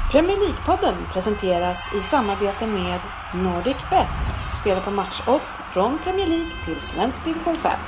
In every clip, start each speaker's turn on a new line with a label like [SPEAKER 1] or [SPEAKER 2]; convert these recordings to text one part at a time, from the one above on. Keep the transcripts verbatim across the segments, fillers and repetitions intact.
[SPEAKER 1] Premier League-podden presenteras i samarbete med NordicBet. Spela på matchodds från Premier League till svensk division fem.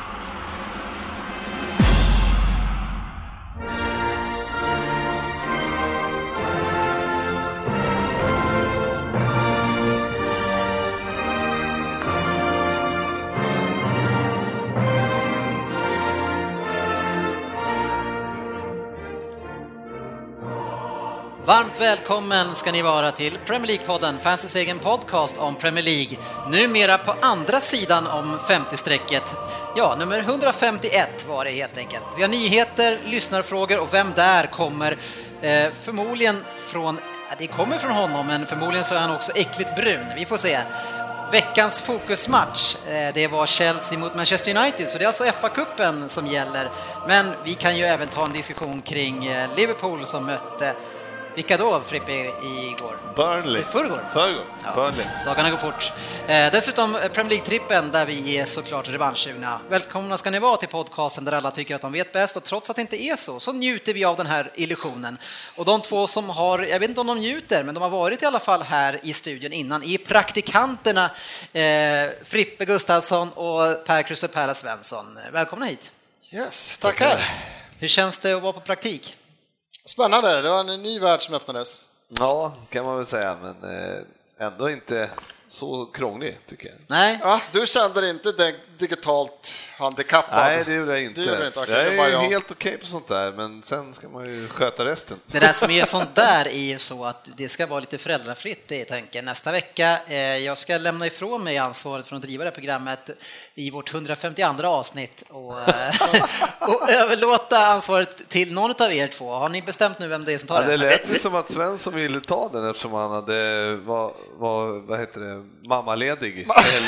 [SPEAKER 2] Varmt välkommen ska ni vara till Premier League-podden, fansens egen podcast om Premier League. Numera på andra sidan om femtio-strecket. Ja, nummer hundrafemtioett var det helt enkelt. Vi har nyheter, lyssnarfrågor och vem där kommer eh, förmodligen från, ja, det kommer från honom, men förmodligen så är han också äckligt brun. Vi får se. Veckans fokusmatch, eh, det var Chelsea mot Manchester United, så det är alltså F A-cupen som gäller. Men vi kan ju även ta en diskussion kring eh, Liverpool som mötte vilka då, Frippe, igår?
[SPEAKER 3] Burnley.
[SPEAKER 2] Förrgår.
[SPEAKER 3] Förrgår.
[SPEAKER 2] Ja,
[SPEAKER 3] Burnley.
[SPEAKER 2] dagarna går fort. Eh, dessutom Premier League-trippen där vi är såklart revanschsugna. Välkomna ska ni vara till podcasten där alla tycker att de vet bäst, och trots att det inte är så, så njuter vi av den här illusionen. Och de två som har, jag vet inte om de njuter, men de har varit i alla fall här i studion innan, i praktikanterna, eh, Frippe Gustafsson och Per Kristopär Svensson. Välkomna hit.
[SPEAKER 4] Yes, tackar.
[SPEAKER 2] Hur känns det att vara på praktik?
[SPEAKER 4] Spännande, det var en ny värld som öppnades.
[SPEAKER 3] Ja, kan man väl säga, men eh, ändå inte så krånglig tycker jag.
[SPEAKER 2] Nej.
[SPEAKER 4] Ja, du kände dig inte digitalt handikappad?
[SPEAKER 3] Nej, det gjorde jag inte.
[SPEAKER 4] Det gjorde inte. Okay,
[SPEAKER 3] jag
[SPEAKER 4] det var
[SPEAKER 3] är
[SPEAKER 4] jag.
[SPEAKER 3] helt okej okay på sånt där, men sen ska man ju sköta resten.
[SPEAKER 2] Det där som är sånt där är ju så att det ska vara lite föräldrafritt, det tänker nästa vecka. Eh, jag ska lämna ifrån mig ansvaret från att driva det här programmet i vårt hundrafemtioandra avsnitt och, eh, och överlåta ansvaret till någon av er två. Har ni bestämt nu vem det är som tar
[SPEAKER 3] ja,
[SPEAKER 2] det?
[SPEAKER 3] Det lät ju som att Svensson ville ta den eftersom han hade, var, var, vad heter det, mammaledig.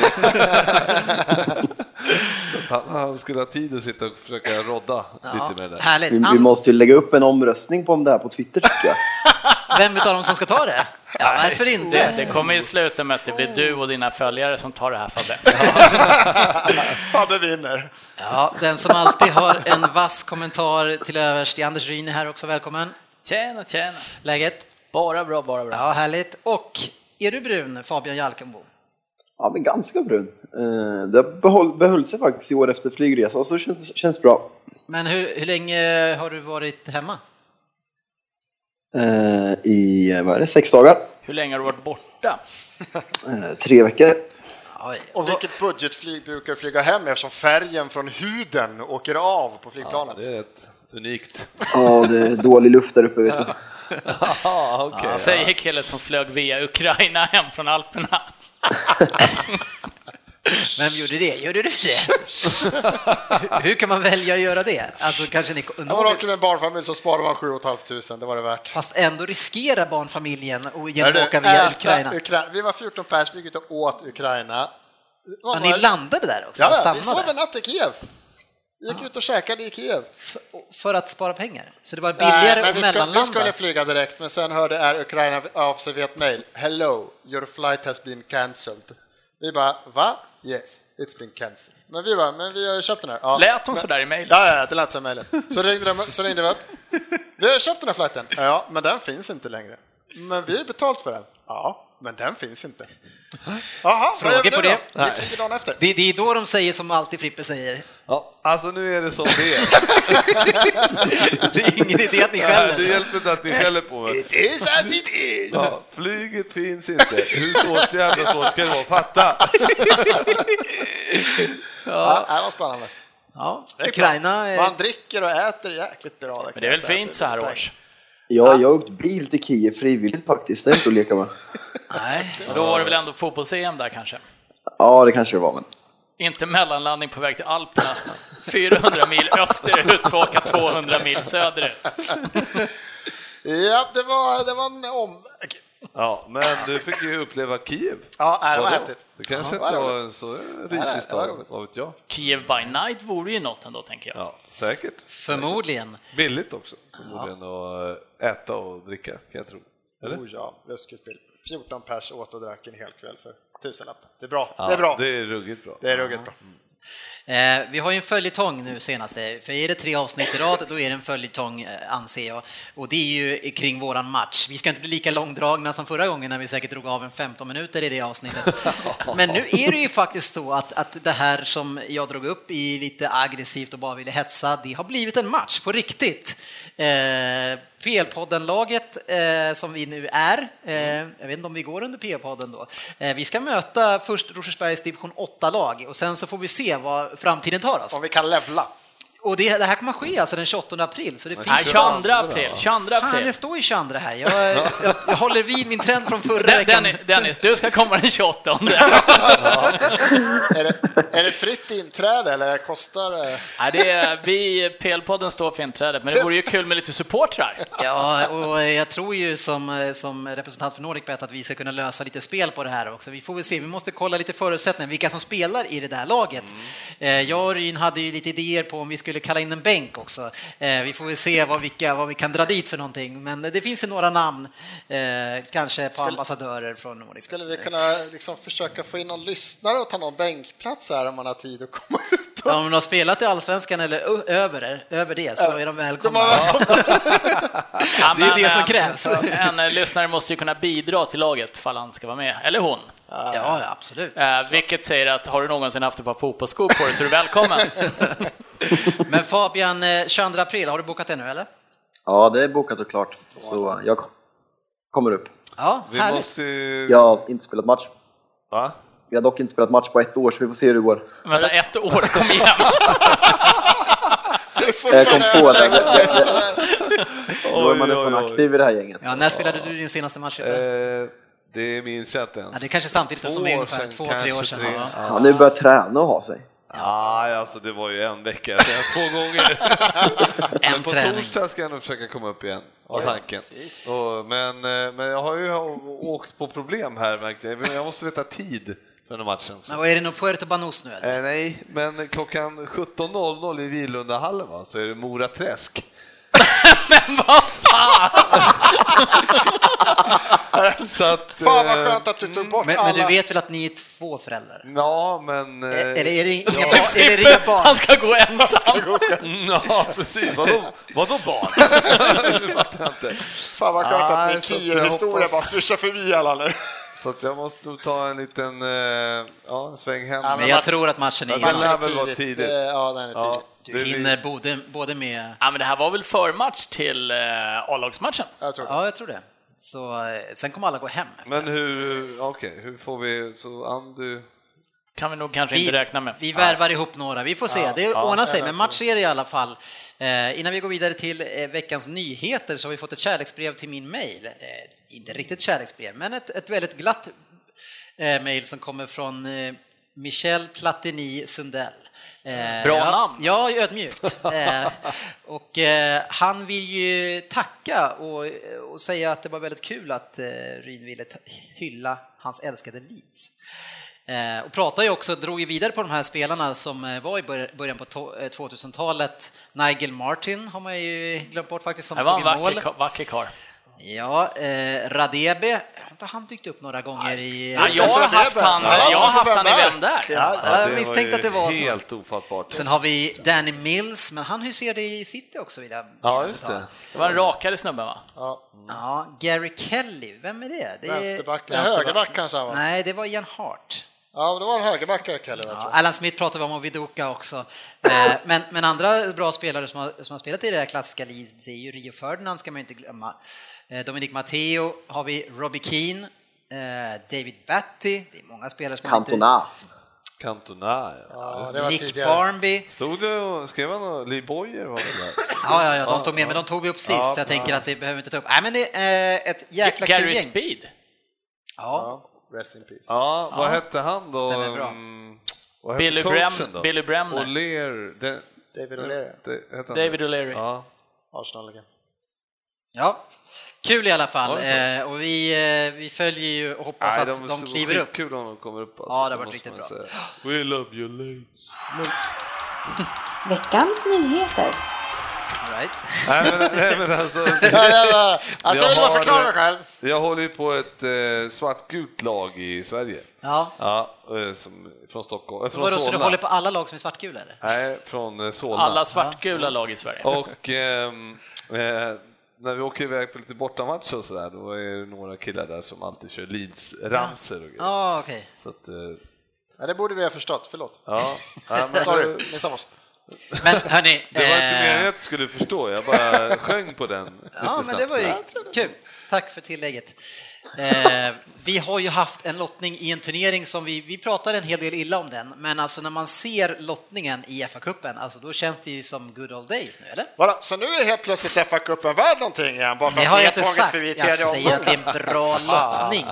[SPEAKER 3] Så att han, han skulle ha tid att sitta och försöka rodda ja, lite med det.
[SPEAKER 2] Härligt.
[SPEAKER 5] Vi, vi måste ju lägga upp en omröstning på om det här på Twitter, tycker jag.
[SPEAKER 2] Vem utav dem som ska ta det? Ja, varför inte?
[SPEAKER 6] Det, det kommer ju sluta med att det blir du och dina följare som tar det här, Fabbe.
[SPEAKER 4] Fabbe vinner.
[SPEAKER 2] Ja, den som alltid har en vass kommentar till övers, Anders Ryn är här också, välkommen.
[SPEAKER 6] Tjena, tjena.
[SPEAKER 2] Läget?
[SPEAKER 6] Bara bra, bara bra.
[SPEAKER 2] Ja, härligt. Och är du brun, Fabian Jalkenbo?
[SPEAKER 5] Ja, men ganska brun. Det behöll, behöll sig faktiskt i år efter flygresa, så det känns, känns bra.
[SPEAKER 2] Men hur, hur länge har du varit hemma?
[SPEAKER 5] I, vad är det, sex dagar.
[SPEAKER 6] Hur länge har du varit borta?
[SPEAKER 5] Tre veckor.
[SPEAKER 2] Oj.
[SPEAKER 4] Och vilket budgetflyg brukar flyga hem eftersom färgen från huden åker av på flygplanet?
[SPEAKER 3] Ja, det är ett unikt.
[SPEAKER 5] Ja, det är dålig luft där uppe, vet du.
[SPEAKER 3] Ja, okay,
[SPEAKER 6] ja, säger killen som flög via Ukraina hem från Alperna.
[SPEAKER 2] Vem gjorde det? Gjorde du det? hur, hur kan man välja att göra det? Alltså, kanske ni...
[SPEAKER 4] Om man åker med en barnfamilj så sparar man sju och ett halvt tusen, det var det värt.
[SPEAKER 2] Fast ändå riskera barnfamiljen och genom att åka via Ukraina.
[SPEAKER 4] Ukraina. Vi var fjorton pers, vi gick och åt Ukraina.
[SPEAKER 2] Ja, ni landade där också?
[SPEAKER 4] Ja, vi sov en natt i Kiev. Vi gick ja. ut och käkade i Kiev.
[SPEAKER 2] För, för att spara pengar? Så det var billigare
[SPEAKER 4] Nej,
[SPEAKER 2] och
[SPEAKER 4] vi
[SPEAKER 2] mellanlanda?
[SPEAKER 4] Vi skulle flyga direkt, men sen hörde är Ukraina av sig vid ett mejl. Hello, your flight has been cancelled. Vi bara, va? Yes, it's been cancelled. Men vi bara, men vi har köpt den här. Ja.
[SPEAKER 6] Lät hon så där i mejlet?
[SPEAKER 4] Ja, ja, det lät så i mejlet. Så ringde, de, så ringde vi upp. Vi har köpt den här flighten. Ja, men den finns inte längre. Men vi har betalt för den. Ja, men den finns inte. Aha,
[SPEAKER 2] frågor på det?
[SPEAKER 4] Vi flyger dagen efter.
[SPEAKER 2] Det, det är då de säger som alltid Frippe säger.
[SPEAKER 3] Ja, alltså nu är det som det är.
[SPEAKER 2] Det är ingen idé att ni skäller.
[SPEAKER 3] Nej, det hjälper inte att ni skäller på mig.
[SPEAKER 4] It is as it is.
[SPEAKER 3] Ja, flyget finns inte. Hur svårt jävla svårt ska det vara? Fatta!
[SPEAKER 4] Ja, det var spännande.
[SPEAKER 2] Ja, Ukraina är...
[SPEAKER 4] Man dricker och äter jäkligt bra.
[SPEAKER 6] Men det är väl fint så här års?
[SPEAKER 5] Ja, jag har åkt bil till Kiev frivilligt faktiskt. Det är inte att leka med.
[SPEAKER 2] Nej.
[SPEAKER 6] Och då var det väl ändå fotbolls-E M där kanske?
[SPEAKER 5] Ja, det kanske det var, men...
[SPEAKER 6] Inte mellanlandning på väg till Alperna. fyrahundra mil österut för att åka tvåhundra mil söderut.
[SPEAKER 4] Ja, det var, det var en omväg.
[SPEAKER 3] Ja, men du fick ju uppleva Kiev.
[SPEAKER 4] Ja, det var, var häftigt.
[SPEAKER 3] Det kanske
[SPEAKER 4] ja,
[SPEAKER 3] inte var en så risig stad, vad vet jag.
[SPEAKER 6] Kiev by night vore ju något ändå, tänker jag.
[SPEAKER 3] Ja, säkert.
[SPEAKER 2] Förmodligen.
[SPEAKER 3] Billigt också, förmodligen ja. Att äta och dricka, kan jag tro. Eller?
[SPEAKER 4] Oh ja, ruskigt billigt. fjorton pers åt och drack en hel kväll för tusenlapp. Det är bra.
[SPEAKER 3] Ja,
[SPEAKER 4] det är bra.
[SPEAKER 3] Det är ruggigt bra.
[SPEAKER 4] Det är ruggigt bra.
[SPEAKER 2] Eh, vi har ju en följetong nu senaste, för är det tre avsnitt i rad, då är det en följetong, eh, anser jag. Och det är ju kring våran match. Vi ska inte bli lika långdragna som förra gången när vi säkert drog av en femton minuter i det avsnittet. Men nu är det ju faktiskt så att, att det här som jag drog upp i lite aggressivt och bara ville hetsa, det har blivit en match på riktigt. Eh, P L-podden-laget eh, som vi nu är, eh, jag vet inte om vi går under P L-podden då, eh, vi ska möta först Rosersbergs division åtta-lag och sen så får vi se vad framtiden tar oss.
[SPEAKER 4] Om vi kan levla.
[SPEAKER 2] Och det, det här kommer ske alltså den tjugoåttonde april. Så det finns
[SPEAKER 6] Nej, tjugoandra april. tjugoandra april.
[SPEAKER 2] Fan, det står ju tjugoandra här. Jag, jag, jag håller vid min trend från förra
[SPEAKER 6] Den,
[SPEAKER 2] veckan.
[SPEAKER 6] Dennis, Dennis, du ska komma den tjugoåttonde.
[SPEAKER 4] Ja. är, det, är det fritt inträde eller kostar det?
[SPEAKER 6] Nej, det är, vi, P L-podden står för inträdet, men det vore ju kul med lite supportrar.
[SPEAKER 2] Ja, och jag tror ju som, som representant för NordicBet att vi ska kunna lösa lite spel på det här också. Vi får väl se, vi måste kolla lite förutsättningar, vilka som spelar i det där laget. Mm. Jag och Ryn hade ju lite idéer på om vi skulle kalla in en bänk också. Vi får väl se vad, vilka, vad vi kan dra dit för någonting, men det finns ju några namn, kanske på skulle, ambassadörer från Nordic.
[SPEAKER 4] Skulle vi kunna liksom försöka få in någon lyssnare och ta någon bänkplats här om man har tid att komma ut? Och...
[SPEAKER 2] Ja, om de har spelat i Allsvenskan eller över, över det så är de välkomna. De
[SPEAKER 6] ja,
[SPEAKER 2] det är det som krävs.
[SPEAKER 6] En, en lyssnare måste ju kunna bidra till laget för han ska vara med, eller hon.
[SPEAKER 2] Ja, absolut.
[SPEAKER 6] Eh, vilket säger att har du någonsin haft ett par fotbollsskor på dig så är du välkommen.
[SPEAKER 2] Men Fabian, tjugoandra april, har du bokat det nu eller?
[SPEAKER 5] Ja, det är bokat och klart. Så jag kommer upp.
[SPEAKER 2] Ja,
[SPEAKER 3] vi
[SPEAKER 2] härligt.
[SPEAKER 3] måste...
[SPEAKER 5] Jag har inte spelat match.
[SPEAKER 3] Va?
[SPEAKER 5] Vi har dock inte spelat match på ett år, så vi får se hur det går.
[SPEAKER 6] Vänta, ett år, kom igen.
[SPEAKER 5] Jag kom på det. Då är man nästan aktiv i det här gänget.
[SPEAKER 2] Ja, när spelade du din senaste match?
[SPEAKER 3] Eh, det minns jag inte ens.
[SPEAKER 2] Ja, det är kanske samtidigt två som är ungefär två, tre år sedan.
[SPEAKER 5] Ja, ja, nu börjar träna och ha sig.
[SPEAKER 3] Ja, alltså det var ju en vecka sedan, två gånger.
[SPEAKER 2] En
[SPEAKER 3] men på
[SPEAKER 2] träning.
[SPEAKER 3] torsdag ska jag nog försöka komma upp igen, av tanken. Och, men, men jag har ju åkt på problem här, märkte jag. Jag måste veta tid för den matchen också.
[SPEAKER 2] Men vad är det nog Puerto Banús nu eller?
[SPEAKER 3] Eh, nej, men klockan sjutton noll noll i Vilundahallen, va, så är det Mora Träsk.
[SPEAKER 6] Men vad fan!
[SPEAKER 3] Så att,
[SPEAKER 4] fan vad skönt att du tog bort
[SPEAKER 2] men,
[SPEAKER 4] alla.
[SPEAKER 2] men du vet väl att ni är två föräldrar?
[SPEAKER 3] Ja, men... Eh,
[SPEAKER 2] eller är det inga,
[SPEAKER 3] ja.
[SPEAKER 2] barn, är det inga barn?
[SPEAKER 6] Han ska gå ensam.
[SPEAKER 3] Ja, precis. Vadå, vadå barn? Det fattar jag inte.
[SPEAKER 4] Fan vad skönt
[SPEAKER 3] ah,
[SPEAKER 4] att min Kio-historia bara swishar förbi alla nu.
[SPEAKER 3] Så att jag måste nog ta en liten ja, en sväng hem.
[SPEAKER 2] Ja, men jag tror att matchen är
[SPEAKER 3] matchen
[SPEAKER 2] innan.
[SPEAKER 3] väl var tidigt.
[SPEAKER 4] Ja, den är tidigt. Ja,
[SPEAKER 2] du hinner både, både med...
[SPEAKER 6] Ja, men det här var väl förmatch till uh, A-lagsmatchen?
[SPEAKER 4] Jag tror det.
[SPEAKER 2] Ja, jag tror det. Så sen kommer alla gå hem.
[SPEAKER 3] Men hur, okej, okay, hur får vi, så Andu...
[SPEAKER 6] Kan vi nog kanske
[SPEAKER 2] vi,
[SPEAKER 6] inte räkna med.
[SPEAKER 2] Vi värvar ihop några, vi får se. Ja, det ja, ordnar sig, men match är det i alla fall. Eh, innan vi går vidare till eh, veckans nyheter så har vi fått ett kärleksbrev till min mail. Eh, inte riktigt kärleksbrev, men ett, ett väldigt glatt eh, mail som kommer från eh, Michel Platini Sundell. Eh,
[SPEAKER 6] Bra
[SPEAKER 2] ja,
[SPEAKER 6] namn.
[SPEAKER 2] Ja, ödmjukt. eh, och eh, han vill ju tacka och, och säga att det var väldigt kul att eh, Ryn ville hylla hans älskade Leeds. Eh, och pratar ju också, drog ju vidare på de här spelarna som eh, var i början på to- tvåtusentalet. Nigel Martin har man ju glömt bort faktiskt, som
[SPEAKER 6] det var
[SPEAKER 2] stod
[SPEAKER 6] en
[SPEAKER 2] i mål.
[SPEAKER 6] vacker, vacker kar.
[SPEAKER 2] Ja, eh, Radebe, har han dykt upp några gånger i...
[SPEAKER 6] Ja, jag har haft han,
[SPEAKER 4] ja,
[SPEAKER 6] jag har haft han i vem där.
[SPEAKER 2] Ja,
[SPEAKER 3] ja,
[SPEAKER 2] jag misstänkte att det var så.
[SPEAKER 3] Helt ofattbart.
[SPEAKER 2] Sen har vi Danny Mills, men han huserar i City också. Vill jag
[SPEAKER 3] ja, just det.
[SPEAKER 6] Det var en rakare snubbe, va?
[SPEAKER 4] Ja.
[SPEAKER 2] Ja, Gary Kelly, vem är det? det är...
[SPEAKER 4] Vänsterback, högerback kanske han var.
[SPEAKER 2] Nej, det var Ian Hart.
[SPEAKER 4] Ja, det var en högerbackare, Kelly.
[SPEAKER 2] Ja, Alan Smith pratar vi om och Viduka också. Eh, men, men andra bra spelare som har, som har spelat i det här klassiska Leeds är ju Rio Ferdinand, ska man inte glömma. Eh, Dominic Matteo har vi, Robbie Keane, eh, David Batty, det är många spelare som
[SPEAKER 5] Cantona.
[SPEAKER 2] inte...
[SPEAKER 3] Cantona, ja.
[SPEAKER 4] Ja,
[SPEAKER 2] Nick
[SPEAKER 4] tidigare.
[SPEAKER 2] Barnby.
[SPEAKER 3] Stod det och skrev han och Lee Boyer var det där?
[SPEAKER 2] Ja, ja, ja, de stod med, men de tog vi upp sist,
[SPEAKER 3] ja,
[SPEAKER 2] så jag tänker
[SPEAKER 3] ja.
[SPEAKER 2] att det behöver inte ta upp. Nej, men det är eh, ett jäkla kul
[SPEAKER 6] Gary
[SPEAKER 2] gäng.
[SPEAKER 6] Speed.
[SPEAKER 2] Ja.
[SPEAKER 4] Ja, rest in peace.
[SPEAKER 3] Ja, vad
[SPEAKER 2] Ja.
[SPEAKER 3] hette han då?
[SPEAKER 2] Stämmer bra.
[SPEAKER 3] Mm, vad hette
[SPEAKER 6] Billy,
[SPEAKER 3] coachen
[SPEAKER 6] Brem,
[SPEAKER 3] då?
[SPEAKER 6] Billy Bremner.
[SPEAKER 3] O'Leary. Det,
[SPEAKER 4] David O'Leary.
[SPEAKER 3] det, hette han
[SPEAKER 6] David
[SPEAKER 3] det?
[SPEAKER 6] O'Leary.
[SPEAKER 3] Ja.
[SPEAKER 4] Arsenal-legend.
[SPEAKER 2] Ja, kul i alla fall.
[SPEAKER 3] Ja, det
[SPEAKER 2] eh, och vi, eh, vi följer ju och hoppas
[SPEAKER 3] Nej,
[SPEAKER 2] att de kliver upp.
[SPEAKER 3] Kul om de kommer upp. Alltså,
[SPEAKER 2] Ja, det har varit
[SPEAKER 3] måste
[SPEAKER 2] riktigt
[SPEAKER 3] man
[SPEAKER 2] bra.
[SPEAKER 3] säga. We love you, Leeds.
[SPEAKER 1] Veckans nyheter.
[SPEAKER 2] Right.
[SPEAKER 3] Nej, men, nej, men alltså,
[SPEAKER 4] alltså jag vill bara förklara mig själv.
[SPEAKER 3] Jag håller ju på ett eh, svartgult lag i Sverige.
[SPEAKER 2] Ja.
[SPEAKER 3] Ja, som, från Stockholm. Från
[SPEAKER 2] Vadå, så du håller på alla lag som är svartgula eller?
[SPEAKER 3] Nej, från Solna.
[SPEAKER 6] Alla svartgula lag i Sverige.
[SPEAKER 3] Och ehm, eh, när vi åker iväg på lite bortamatcher och sådär, då är det några killar där som alltid kör Leeds-ramser och grejer.
[SPEAKER 2] Ja, okej. Okay.
[SPEAKER 3] Så att, eh,
[SPEAKER 4] ja, det borde vi ha förstått, förlåt.
[SPEAKER 3] Ja, ja men
[SPEAKER 4] sorry, missade oss.
[SPEAKER 2] Men hörni,
[SPEAKER 3] det var inte
[SPEAKER 2] eh...
[SPEAKER 3] meningen att du skulle förstå, jag bara sjöng på den.
[SPEAKER 2] Ja, men det var ju kul. Tack för tillägget. Eh, vi har ju haft en lottning i en turnering som vi, vi pratade en hel del illa om den, men alltså när man ser lottningen i F A-cupen, alltså då känns det ju som good old days nu, eller?
[SPEAKER 4] Bara, så nu är helt plötsligt F A-cupen värd någonting igen, bara för
[SPEAKER 2] det
[SPEAKER 4] att
[SPEAKER 2] har
[SPEAKER 4] vi
[SPEAKER 2] jag
[SPEAKER 4] har
[SPEAKER 2] inte
[SPEAKER 4] tagit
[SPEAKER 2] sagt,
[SPEAKER 4] för vi
[SPEAKER 2] jag säger att det är en bra lottning.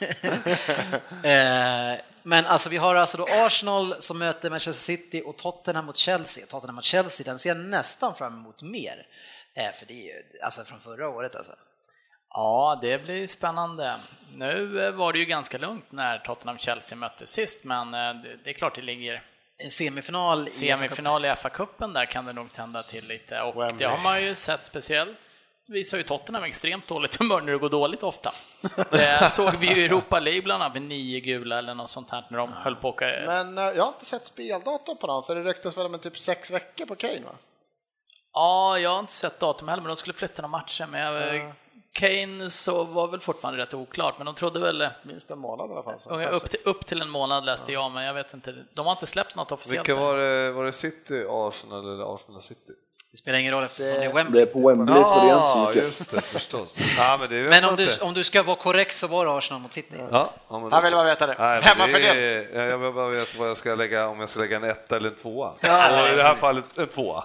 [SPEAKER 2] eh, men alltså vi har alltså då Arsenal som möter Manchester City och Tottenham mot Chelsea. Tottenham mot Chelsea, den ser jag nästan fram emot mer, eh, för det är ju alltså från förra året alltså.
[SPEAKER 6] Ja, det blir spännande. Nu var det ju ganska lugnt när Tottenham-Chelsea mötte sist, men det är klart det ligger
[SPEAKER 2] en semifinal,
[SPEAKER 6] semifinal i F A-cupen, där kan det nog tända till lite. Och Wembley. Det har man ju sett speciellt. Visar ju Tottenham extremt dåligt humör när det går dåligt ofta. Det såg vi ju i Europa League bland annat med nio gula eller något sånt här när de höll på att åka.
[SPEAKER 4] Men uh, jag har inte sett speldatum på dem, för det ryktas väl med typ sex veckor på Kane, va?
[SPEAKER 6] Ja, jag har inte sett datum heller, men de skulle flytta några matcher med uh. Kane, så var väl fortfarande rätt oklart, men de trodde väl
[SPEAKER 4] minst en månad i alla fall. Så
[SPEAKER 6] upp, till, upp till en månad läste jag, men jag vet inte, de har inte släppt något officiellt.
[SPEAKER 3] Vilka var det, var det City, Arsenal eller Arsenal City?
[SPEAKER 2] Det spelar ingen roll eftersom det är Wembley.
[SPEAKER 5] Det är på Wembley,
[SPEAKER 3] ja,
[SPEAKER 5] så det är inte
[SPEAKER 3] just det, förstås. Ja, men det
[SPEAKER 2] men om du, om du ska vara korrekt så var det Arsenal mot City.
[SPEAKER 3] Ja, ja, men
[SPEAKER 4] jag vill bara veta det.
[SPEAKER 3] Nej,
[SPEAKER 4] Hemma
[SPEAKER 3] det
[SPEAKER 4] för
[SPEAKER 3] är,
[SPEAKER 4] det.
[SPEAKER 3] Jag vill bara veta vad jag ska lägga, om jag ska lägga en etta eller en tvåa. Ja, och i det här fallet en tvåa.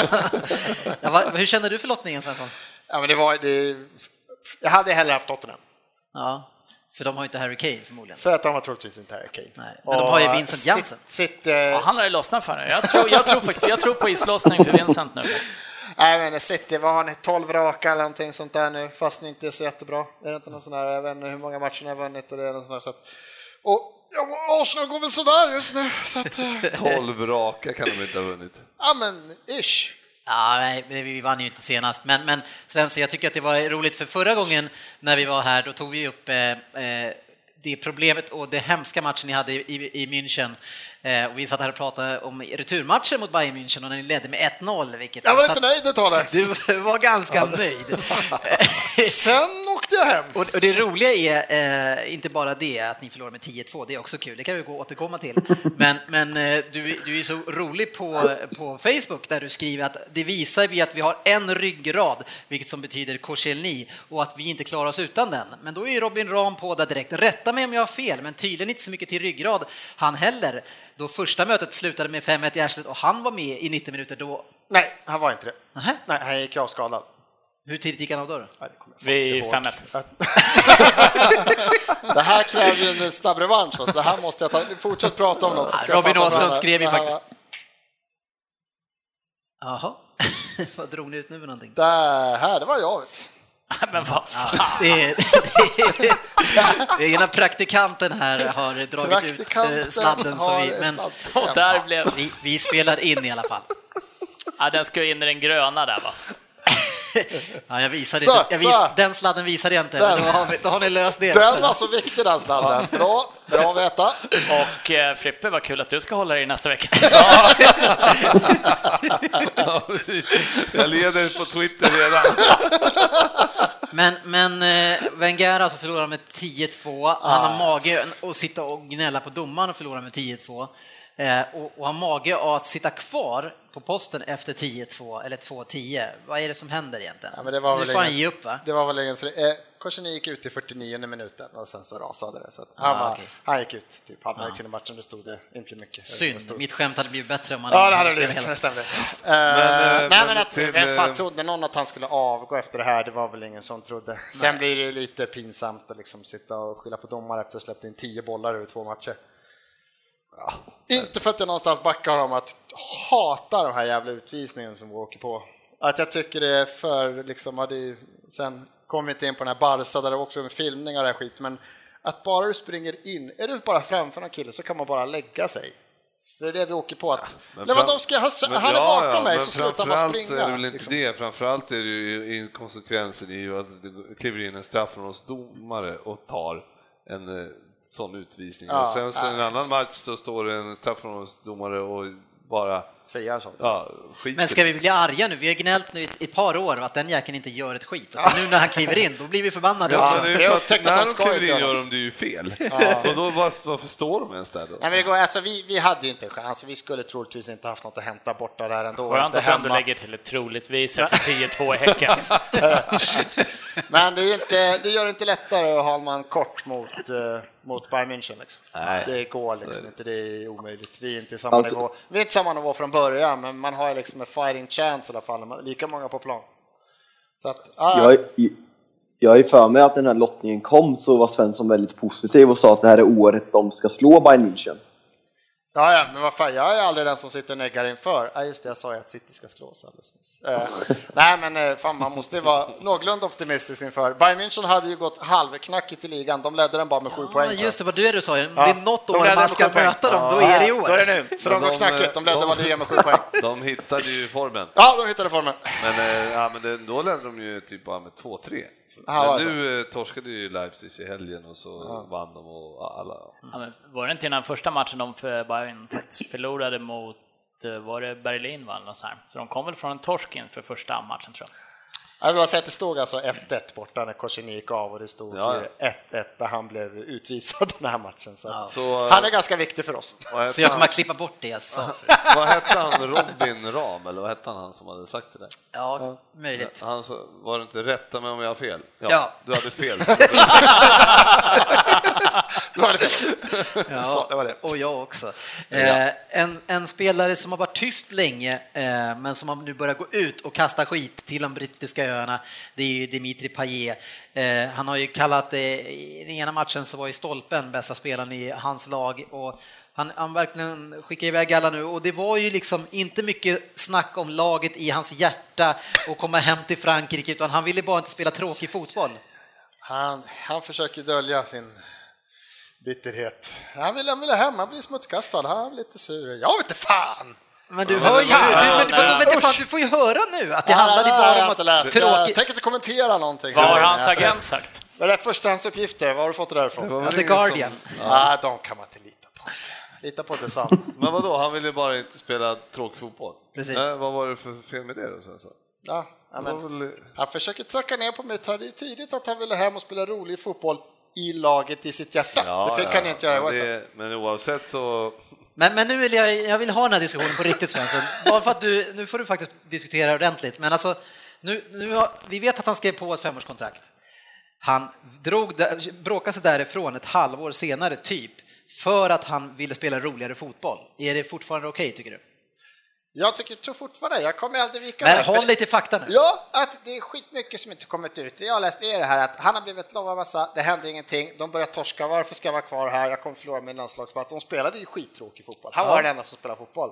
[SPEAKER 2] Ja, vad, hur känner du för lottningen, Svensson?
[SPEAKER 4] Ja, men det var det. Jag hade hellre haft Tottenham.
[SPEAKER 2] Ja, för de har ju inte Harry Kane förmodligen.
[SPEAKER 4] För att de har troligtvis inte Harry Kane.
[SPEAKER 2] Nej, men och de har ju Vincent Janssen.
[SPEAKER 4] Sitt, sitt, uh...
[SPEAKER 6] ja, han har ju lossnat för det. Jag tror, jag tror faktiskt, jag tror på islossning för Vincent nu.
[SPEAKER 4] Nej, men City var han tolv raka eller någonting sånt där nu, fast det inte är så jättebra. Är det inte någon sån här, jag vet inte hur många matcher jag har vunnit och det är någon sån här, så att, och ja, Arsenal går väl sådär just nu, så att,
[SPEAKER 3] tolv raka kan de inte ha vunnit.
[SPEAKER 4] Ja, men ish.
[SPEAKER 2] Ja, nej, vi vann ju inte senast, men, men Svensson, jag tycker att det var roligt, för förra gången när vi var här, då tog vi upp eh, eh, det problemet och det hemska matchen ni hade i, i, i München. Eh, och vi satt här och pratade om returmatchen mot Bayern München och när ni ledde med ett noll. Vilket
[SPEAKER 4] jag var inte nöjd ett tag.
[SPEAKER 2] Du var ganska nöjd.
[SPEAKER 4] Sen åkte jag hem.
[SPEAKER 2] Och, och det roliga är eh, inte bara det att ni förlorade med tio två, det är också kul, det kan vi gå och återkomma till. Men, men eh, du, du är så rolig på, på Facebook där du skriver att det visar vi att vi har en ryggrad, vilket som betyder Koscielny, och att vi inte klarar oss utan den. Men då är ju Robin Ram på där direkt. Rätta mig om jag har fel, men tydligen inte så mycket till ryggrad han heller. Då första mötet slutade med fem ett i arslet och han var med i nittio minuter då.
[SPEAKER 4] Nej, han var inte det.
[SPEAKER 2] Nähä?
[SPEAKER 4] Nej, han gick av skadad.
[SPEAKER 2] Hur tidigt gick han av då? då?
[SPEAKER 4] Nej,
[SPEAKER 6] vi fem ett.
[SPEAKER 4] Det här kräver ju en snabb revansch. Så det här måste jag ta. Fortsätt prata om något.
[SPEAKER 2] Ja, Robin Åslund skrev ju faktiskt.
[SPEAKER 4] Var...
[SPEAKER 2] Jaha, vad drog ni ut nu med någonting?
[SPEAKER 4] Det här, det var jag vet.
[SPEAKER 6] Men vad fan?
[SPEAKER 2] Ja, det, är, det, är, det är ena praktikanten här har dragit ut sladden så vi, men
[SPEAKER 6] och där blev...
[SPEAKER 2] vi, vi spelar in i alla fall.
[SPEAKER 6] Ja, den ska in i den gröna där, va?
[SPEAKER 2] Ja, jag visade
[SPEAKER 4] så,
[SPEAKER 2] inte. Jag vis, den sladden visade jag inte. Då har, vi, då har ni löst det.
[SPEAKER 4] Den var så viktig, den sladden. Bra, bra att veta.
[SPEAKER 6] Och eh, Frippe, vad kul att du ska hålla dig nästa vecka.
[SPEAKER 3] Ja. Ja, jag leder på Twitter redan.
[SPEAKER 2] Men, men eh, Wenger alltså förlorar med tio två. Han har mage att sitta och gnälla på domaren och förlora med tio två. Eh, och, och har mage att sitta kvar på posten efter tio två eller två tio. Vad är det som händer egentligen?
[SPEAKER 4] Ja, men det var
[SPEAKER 2] nu
[SPEAKER 4] väl
[SPEAKER 2] får han
[SPEAKER 4] ingen,
[SPEAKER 2] ge upp, va?
[SPEAKER 4] Det var väl ingen, eh, Koscielny gick ut i fyrtionionde minuten och sen så rasade det. Så att han,
[SPEAKER 2] ah,
[SPEAKER 4] var,
[SPEAKER 2] okay.
[SPEAKER 4] han gick ut typ halvvägs in i matchen, det stod det inte mycket.
[SPEAKER 2] Synd, mitt skämt hade blivit bättre om man...
[SPEAKER 4] Ja, det hade blivit, det stämde. Men, uh, nej, men att,
[SPEAKER 3] till,
[SPEAKER 4] vem fan trodde någon att han skulle avgå efter det här? Det var väl ingen som trodde.
[SPEAKER 2] Nej.
[SPEAKER 4] Sen blir det lite pinsamt att liksom sitta och skylla på domare efter att ha släppt in tio bollar över två matcher. Ja. Inte för att jag någonstans backar om att hata de här jävla utvisningen som vi åker på. Att jag tycker det är för liksom, hade, sen kom vi inte in på den här Barca där det också är filmningar och skit, men att bara du springer in, är du bara framför någon kille så kan man bara lägga sig. För det är det vi åker på att
[SPEAKER 3] Men
[SPEAKER 4] Lewandowski, han,
[SPEAKER 3] men,
[SPEAKER 4] han är
[SPEAKER 3] ja,
[SPEAKER 4] bakom
[SPEAKER 3] ja,
[SPEAKER 4] mig
[SPEAKER 3] men
[SPEAKER 4] så slutar man
[SPEAKER 3] framförallt
[SPEAKER 4] springa.
[SPEAKER 3] så är det väl inte
[SPEAKER 4] liksom.
[SPEAKER 3] det. Framförallt är det ju inkonsekvensen i ju att det kliver in en straff från oss domare och tar en eh, sån utvisning.
[SPEAKER 4] Ja,
[SPEAKER 3] och sen så
[SPEAKER 4] ja.
[SPEAKER 3] en annan match så står det en straff från oss domare och bara
[SPEAKER 4] Fria sånt.
[SPEAKER 3] ja, skiter.
[SPEAKER 2] Men ska vi bli arga nu? Vi har gnällt nu i ett par år att den jäkeln inte gör ett skit. Och så nu när han kliver in, då blir vi förbannade
[SPEAKER 3] Ja,
[SPEAKER 2] också.
[SPEAKER 3] men det
[SPEAKER 4] det
[SPEAKER 3] är
[SPEAKER 4] är
[SPEAKER 3] för att
[SPEAKER 4] upptäckt att
[SPEAKER 3] när
[SPEAKER 4] de
[SPEAKER 3] de
[SPEAKER 4] ska
[SPEAKER 3] kliver
[SPEAKER 4] inte
[SPEAKER 3] in
[SPEAKER 4] göra
[SPEAKER 3] gör de det ju fel.
[SPEAKER 4] Ja.
[SPEAKER 3] Och då var, varför står de ens där då?
[SPEAKER 4] Nej, men det går, alltså, vi, vi hade ju inte en chans. Vi skulle troligtvis inte haft något att hämta borta där ändå.
[SPEAKER 6] Skönt
[SPEAKER 4] inte
[SPEAKER 6] att du ändå
[SPEAKER 4] hemma.
[SPEAKER 6] lägger till ett troligtvis efter tio två i Häcken.
[SPEAKER 4] Men det, är inte, det gör det inte lättare att ha man kort mot, uh, mot Bayern München. Liksom.
[SPEAKER 3] Nej,
[SPEAKER 4] det går liksom inte, det är omöjligt. Vi är inte i samma
[SPEAKER 5] Alltså-
[SPEAKER 4] nivå. Vi är inte samma nivå från början, men man har liksom en fighting chance i alla fall. Lika många på plan. Så att, ah,
[SPEAKER 5] Jag, jag är för mig att den här lottningen kom så var Svensson väldigt positiv och sa att det här är året de ska slå Bayern München.
[SPEAKER 4] Ja, ja, men vad fan, jag är aldrig den som sitter och neggar inför. Ja, just det, jag sa ju att City ska slås alldeles nyss. Eh, nej, men eh, fan, man måste vara någorlunda optimistisk inför. Bayern München hade ju gått halvknackigt i ligan. De ledde den bara med sju
[SPEAKER 2] Ja,
[SPEAKER 4] poäng.
[SPEAKER 2] just det, vad du är du sa. Det
[SPEAKER 4] Ja,
[SPEAKER 2] är något
[SPEAKER 4] de
[SPEAKER 2] år
[SPEAKER 4] ledde
[SPEAKER 2] man
[SPEAKER 4] med
[SPEAKER 2] ska
[SPEAKER 4] sju poäng.
[SPEAKER 2] möta dem, då
[SPEAKER 4] Ja,
[SPEAKER 2] är det i år.
[SPEAKER 4] Då är det nu, för de
[SPEAKER 3] Men
[SPEAKER 4] går
[SPEAKER 3] de,
[SPEAKER 4] knackigt. De ledde
[SPEAKER 3] de-
[SPEAKER 4] bara ligan med sju poäng.
[SPEAKER 3] De hittade ju formen.
[SPEAKER 4] Ja, de hittade formen.
[SPEAKER 3] Men, eh, ja, men det, då ledde de ju typ bara med två tre.
[SPEAKER 4] Ja,
[SPEAKER 3] Men
[SPEAKER 4] alltså.
[SPEAKER 3] nu eh, torskade ju Leipzig i helgen och så vann de och alla.
[SPEAKER 6] Ja, men var det inte innan första matchen de för Bayern faktiskt förlorade mot, var det Berlin va? Så, här. Så de kom väl från en torsk inför första matchen tror jag.
[SPEAKER 4] Jag vill bara säga att det stod alltså ett ett borta när Korsen gick av och det stod
[SPEAKER 3] Ja,
[SPEAKER 4] ju ett ett när han blev utvisad den här matchen. Så, att
[SPEAKER 3] Så,
[SPEAKER 4] han är ganska viktig för oss.
[SPEAKER 3] vad hette
[SPEAKER 2] Så jag kommer
[SPEAKER 3] han-
[SPEAKER 2] att klippa bort det jag sa.
[SPEAKER 3] Vad hette han? Robin Ram, eller vad hette han, han som hade sagt det där?
[SPEAKER 2] Ja, möjligt.
[SPEAKER 3] Han så, var det inte rätta mig om jag har fel?
[SPEAKER 2] Ja.
[SPEAKER 3] Du hade fel.
[SPEAKER 4] Det var det fel.
[SPEAKER 2] Ja,
[SPEAKER 4] Så, det var det.
[SPEAKER 2] och jag också. Eh, en, en spelare som har varit tyst länge, eh, men som har nu börjar gå ut och kasta skit till de brittiska öarna, det är ju Dimitri Payet. Eh, han har ju kallat det, i den ena matchen så var ju Stolpen bästa spelaren i hans lag, och han, han verkligen skickade iväg alla nu, och det var ju liksom inte mycket snack om laget i hans hjärta och komma hem till Frankrike, utan han ville bara inte spela tråkig fotboll.
[SPEAKER 4] Han, han försöker dölja sin bitterhet. Han vill, han vill hem, han blir smutskastad, han är lite sur. Jag vet inte fan!
[SPEAKER 2] Men du hör ju, du, men, men, då vet jag fan, du får ju höra nu att det handlade bara om att
[SPEAKER 4] Jag
[SPEAKER 2] tråkigt.
[SPEAKER 4] tänker inte kommentera någonting.
[SPEAKER 6] Vad har
[SPEAKER 4] Jag
[SPEAKER 6] hans
[SPEAKER 4] sett-
[SPEAKER 6] agent sagt?
[SPEAKER 4] Vad är det förstahandsuppgifter? Vad har du fått det därifrån?
[SPEAKER 3] var
[SPEAKER 2] Ja,
[SPEAKER 3] väl
[SPEAKER 2] The
[SPEAKER 3] ingen som-
[SPEAKER 2] Guardian.
[SPEAKER 4] Ja, de kan man inte lita på. Lita på det sant.
[SPEAKER 3] Men vadå, han ville bara inte spela tråkig fotboll?
[SPEAKER 2] Precis.
[SPEAKER 3] Nej, vad var det för fel med det då sen så?
[SPEAKER 4] Ja, ja,
[SPEAKER 3] Det var
[SPEAKER 4] men,
[SPEAKER 3] väl-
[SPEAKER 4] han försöker tracka ner på mig. Det är ju tidigt att han ville hem och spela rolig fotboll i laget i sitt hjärta.
[SPEAKER 3] Ja,
[SPEAKER 4] det fick
[SPEAKER 3] ja,
[SPEAKER 4] han inte göra i
[SPEAKER 3] men,
[SPEAKER 4] West Ham.
[SPEAKER 3] det, men oavsett så...
[SPEAKER 2] Men, men nu vill jag, jag vill ha den här diskussionen på riktigt, Svensson. Bara för att du, nu får du faktiskt diskutera ordentligt. Men alltså, nu, nu har, vi vet att han skrev på ett femårskontrakt. Han drog, där- bråkade sig därifrån ett halvår senare, typ, för att han ville spela roligare fotboll. Är det fortfarande okej, tycker du?
[SPEAKER 4] Jag tycker, tror fortfarande, jag kommer aldrig vika
[SPEAKER 2] Men
[SPEAKER 4] mig. För
[SPEAKER 2] håll
[SPEAKER 4] det-
[SPEAKER 2] lite fakta nu.
[SPEAKER 4] Ja, att det är skitmycket som inte kommit ut. Jag har läst är det här att han har blivit lovad massa, det hände ingenting, de börjar torska, varför ska jag vara kvar här, jag kommer förlora min landslagsplats. De spelade ju skittråkig fotboll. Han
[SPEAKER 2] Ja.
[SPEAKER 4] var den enda som spelade fotboll.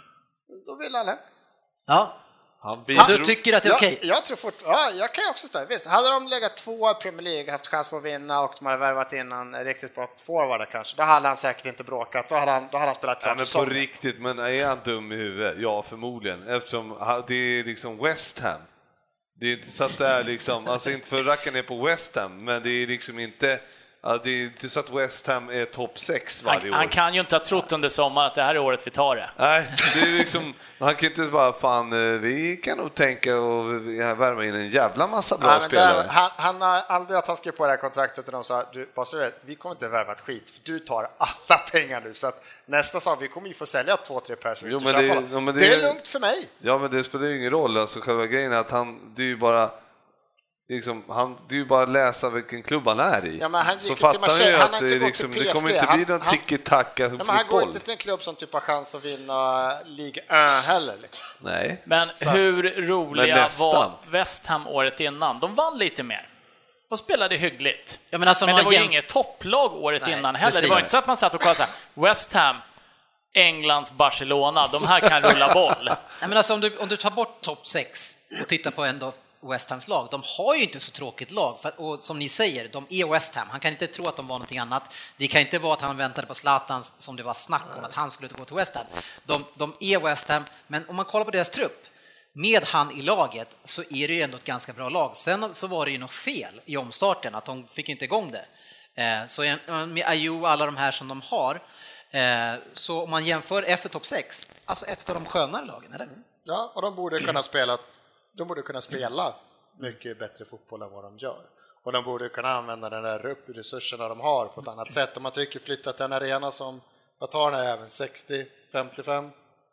[SPEAKER 4] Då vill han hem.
[SPEAKER 2] Ja.
[SPEAKER 3] Han
[SPEAKER 2] Du tycker att det är okej?
[SPEAKER 4] Jag, jag tror fort, ja, jag kan ju också säga, visst, hade de legat två i Premier League, haft chans på att vinna och de hade värvat in en riktigt bra forward kanske, då hade han säkert inte bråkat, då hade han, då hade han spelat
[SPEAKER 3] Ja,
[SPEAKER 4] klart
[SPEAKER 3] men på
[SPEAKER 4] säsongen.
[SPEAKER 3] riktigt, men är han dum i huvudet? Ja, förmodligen. Eftersom ha- det är liksom West Ham. Det är inte så att det är liksom, alltså inte för att racka ner på West Ham, men det är liksom inte, ja, det är inte så att West Ham är topp sex varje
[SPEAKER 6] Han,
[SPEAKER 3] år.
[SPEAKER 6] han kan ju inte ha trott under sommaren att det här är året vi tar det.
[SPEAKER 3] Nej, det är liksom, han kan ju inte bara, fan, eh, vi kan nog tänka och värma in en jävla massa bra
[SPEAKER 4] Ja, men
[SPEAKER 3] spelare.
[SPEAKER 4] där, han, han har aldrig att han skrev på det här kontraktet och de sa, du, bara så du vet, vi kommer inte värva ett skit, för du tar alla pengar nu, så att nästa sa vi kommer ju få sälja två, tre personer.
[SPEAKER 3] Jo,
[SPEAKER 4] inte
[SPEAKER 3] men
[SPEAKER 4] köpa
[SPEAKER 3] det-
[SPEAKER 4] dem.
[SPEAKER 3] ja, men det-
[SPEAKER 4] det är lugnt för mig.
[SPEAKER 3] Ja, men det spelar ju ingen roll, alltså själva grejen är att han, det är ju bara liksom, han, det är ju bara att läsa vilken klubb han är i.
[SPEAKER 4] Ja, men han gick
[SPEAKER 3] så
[SPEAKER 4] ju till
[SPEAKER 3] fattar
[SPEAKER 4] Marseille,
[SPEAKER 3] han ju
[SPEAKER 4] han
[SPEAKER 3] att
[SPEAKER 4] har
[SPEAKER 3] det,
[SPEAKER 4] inte
[SPEAKER 3] är
[SPEAKER 4] gått till
[SPEAKER 3] liksom,
[SPEAKER 4] P S G.
[SPEAKER 3] det kommer inte bli någon
[SPEAKER 4] Han-
[SPEAKER 3] tiki-taka
[SPEAKER 4] Ja, men han går
[SPEAKER 3] fotboll.
[SPEAKER 4] inte till en klubb som typ har chans att vinna Ligue ett heller. Liksom.
[SPEAKER 3] Nej.
[SPEAKER 6] Men hur roliga
[SPEAKER 3] Men nästan.
[SPEAKER 6] var West Ham året innan? De vann lite mer. De spelade hyggligt.
[SPEAKER 2] Ja, men alltså,
[SPEAKER 6] men
[SPEAKER 2] om
[SPEAKER 6] det
[SPEAKER 2] man
[SPEAKER 6] var ju
[SPEAKER 2] jäm-
[SPEAKER 6] inget topplag året
[SPEAKER 2] Nej,
[SPEAKER 6] innan heller.
[SPEAKER 2] precis.
[SPEAKER 6] Det var inte så att man satt och kollade så här, West Ham, Englands Barcelona, de här kan rulla boll.
[SPEAKER 2] Nej, men alltså, om, du, om du tar bort topp sex och tittar på ändå West Hams lag. De har ju inte så tråkigt lag, för, och som ni säger, de är West Ham. Han kan inte tro att de var någonting annat. Det kan inte vara att han väntade på Zlatan som det var snack om att han skulle gå till West Ham. De, de är West Ham, men om man kollar på deras trupp, med han i laget så är det ju ändå ett ganska bra lag. Sen så var det ju något fel i omstarten, att de fick inte igång det. Så med Ayew och alla de här som de har, så om man jämför efter topp sex, alltså efter de skönare lagen, eller?
[SPEAKER 4] Ja, och de borde kunna spela, de borde kunna spela mycket bättre fotboll än vad de gör. Och de borde kunna använda den där resurserna de har på ett annat sätt. Om man tycker flytta till en arena som, vad tar den här även, sextio femtiofem?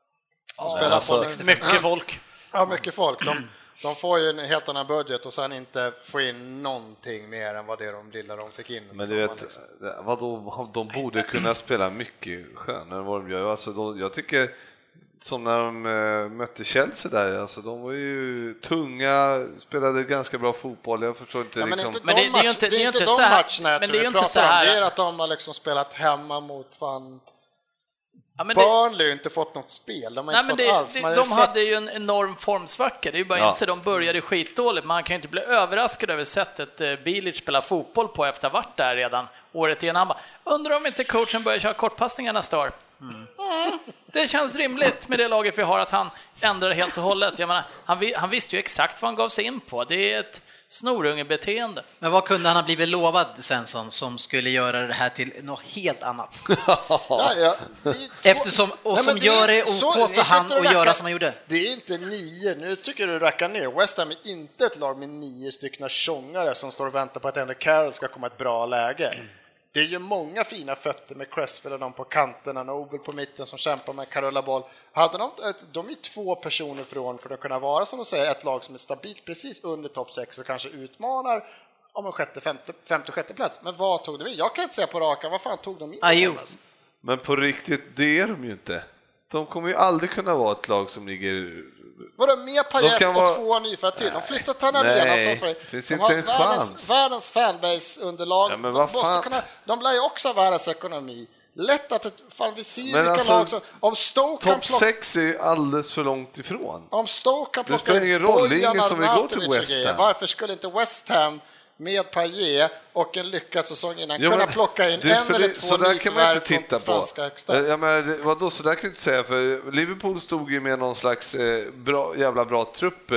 [SPEAKER 6] Ja, spelar alltså, på mycket folk.
[SPEAKER 4] Ja, mycket folk. De, de får ju en helt annan budget och sen inte få in någonting mer än vad det är de lilla de fick in.
[SPEAKER 3] Men du vet, vadå, de borde kunna spela mycket skönare än vad de gör. Alltså, de, jag tycker, som när de äh, mötte Chelsea där, alltså, de var ju tunga, spelade ganska bra fotboll. Jag förstår inte,
[SPEAKER 4] ja, men
[SPEAKER 3] liksom...
[SPEAKER 4] inte
[SPEAKER 6] men det, det är ju inte,
[SPEAKER 4] det är inte
[SPEAKER 6] inte
[SPEAKER 4] de
[SPEAKER 6] så här,
[SPEAKER 4] matcherna jag
[SPEAKER 6] men
[SPEAKER 4] tror
[SPEAKER 6] det är
[SPEAKER 4] vi
[SPEAKER 6] inte så
[SPEAKER 4] pratar
[SPEAKER 6] här.
[SPEAKER 4] om. Det är att de har liksom spelat hemma mot fan...
[SPEAKER 6] Ja, men
[SPEAKER 4] Burnley har inte fått något spel. De har
[SPEAKER 6] nej,
[SPEAKER 4] inte
[SPEAKER 6] men
[SPEAKER 4] fått
[SPEAKER 6] det,
[SPEAKER 4] alls.
[SPEAKER 6] det,
[SPEAKER 4] Man
[SPEAKER 6] de
[SPEAKER 4] sett...
[SPEAKER 6] hade ju en enorm formsvacka. Det är ju bara
[SPEAKER 3] ja.
[SPEAKER 6] inse de började skitdåligt. Man kan ju inte bli överraskad över sättet eh, Bilic spelar fotboll på efter att ha varit där redan året innan. Undrar om inte coachen börjar köra kortpassningar nästa år. Mm. Mm. Det känns rimligt med det laget vi har att han ändrar helt och hållet. Jag menar, han, han visste ju exakt vad han gav sig in på. Det är ett snorungebeteende.
[SPEAKER 2] Men vad kunde han ha blivit lovad, Svensson, som skulle göra det här till något helt annat?
[SPEAKER 4] ja, ja. Två...
[SPEAKER 2] Eftersom, och
[SPEAKER 4] nej,
[SPEAKER 2] som
[SPEAKER 4] det
[SPEAKER 2] gör det
[SPEAKER 4] så...
[SPEAKER 2] OK för han att göra som han gjorde.
[SPEAKER 4] Det är inte nio, nu tycker du rackar ner. West Ham är inte ett lag med nio stycken tjongare som står och väntar på att Andy Carroll ska komma ett bra läge. Det är ju många fina fötter med Cresswell och de på kanterna, Nobel på mitten som kämpar med Carola Boll. Hade de, de är två personer från för att kunna vara, som de säger, ett lag som är stabilt precis under topp sex och kanske utmanar om en sjätte, femte, femte, sjätte plats. Men vad tog de in? Jag kan inte säga på raka, vad fan tog de in?
[SPEAKER 2] Ayew.
[SPEAKER 3] Men på riktigt, det är de ju inte. De kommer ju aldrig kunna vara ett lag som ligger...
[SPEAKER 4] Vadå, med Payet och
[SPEAKER 3] vara...
[SPEAKER 4] två nyfödda till? De flyttar till en arena som för...
[SPEAKER 3] finns
[SPEAKER 4] de
[SPEAKER 3] inte
[SPEAKER 4] har
[SPEAKER 3] en
[SPEAKER 4] världens,
[SPEAKER 3] chans.
[SPEAKER 4] världens fanbase-underlag.
[SPEAKER 3] Ja, men
[SPEAKER 4] de,
[SPEAKER 3] vad
[SPEAKER 4] måste
[SPEAKER 3] fan...
[SPEAKER 4] kunna, de lär ju också ha världens ekonomi. Lätt att... Ett, fan, vi ser ju
[SPEAKER 3] men
[SPEAKER 4] vilka
[SPEAKER 3] alltså,
[SPEAKER 4] lag som... Om Stoke kan
[SPEAKER 3] topp
[SPEAKER 4] plocka...
[SPEAKER 3] sex är ju alldeles för långt ifrån.
[SPEAKER 4] Om Stoke kan plocka...
[SPEAKER 3] Det spelar ingen roll, det är ingen som vill gå till West Ham.
[SPEAKER 4] Varför skulle inte West Ham med Payet och en lyckad säsong innan
[SPEAKER 3] ja,
[SPEAKER 4] kunna plocka in
[SPEAKER 3] det,
[SPEAKER 4] en eller
[SPEAKER 3] det,
[SPEAKER 4] två
[SPEAKER 3] så där kan man inte
[SPEAKER 4] från
[SPEAKER 3] titta på.
[SPEAKER 4] franska högsta.
[SPEAKER 3] Ja, men, vadå, så där kan du inte säga, för Liverpool stod ju med någon slags eh, bra, jävla bra trupp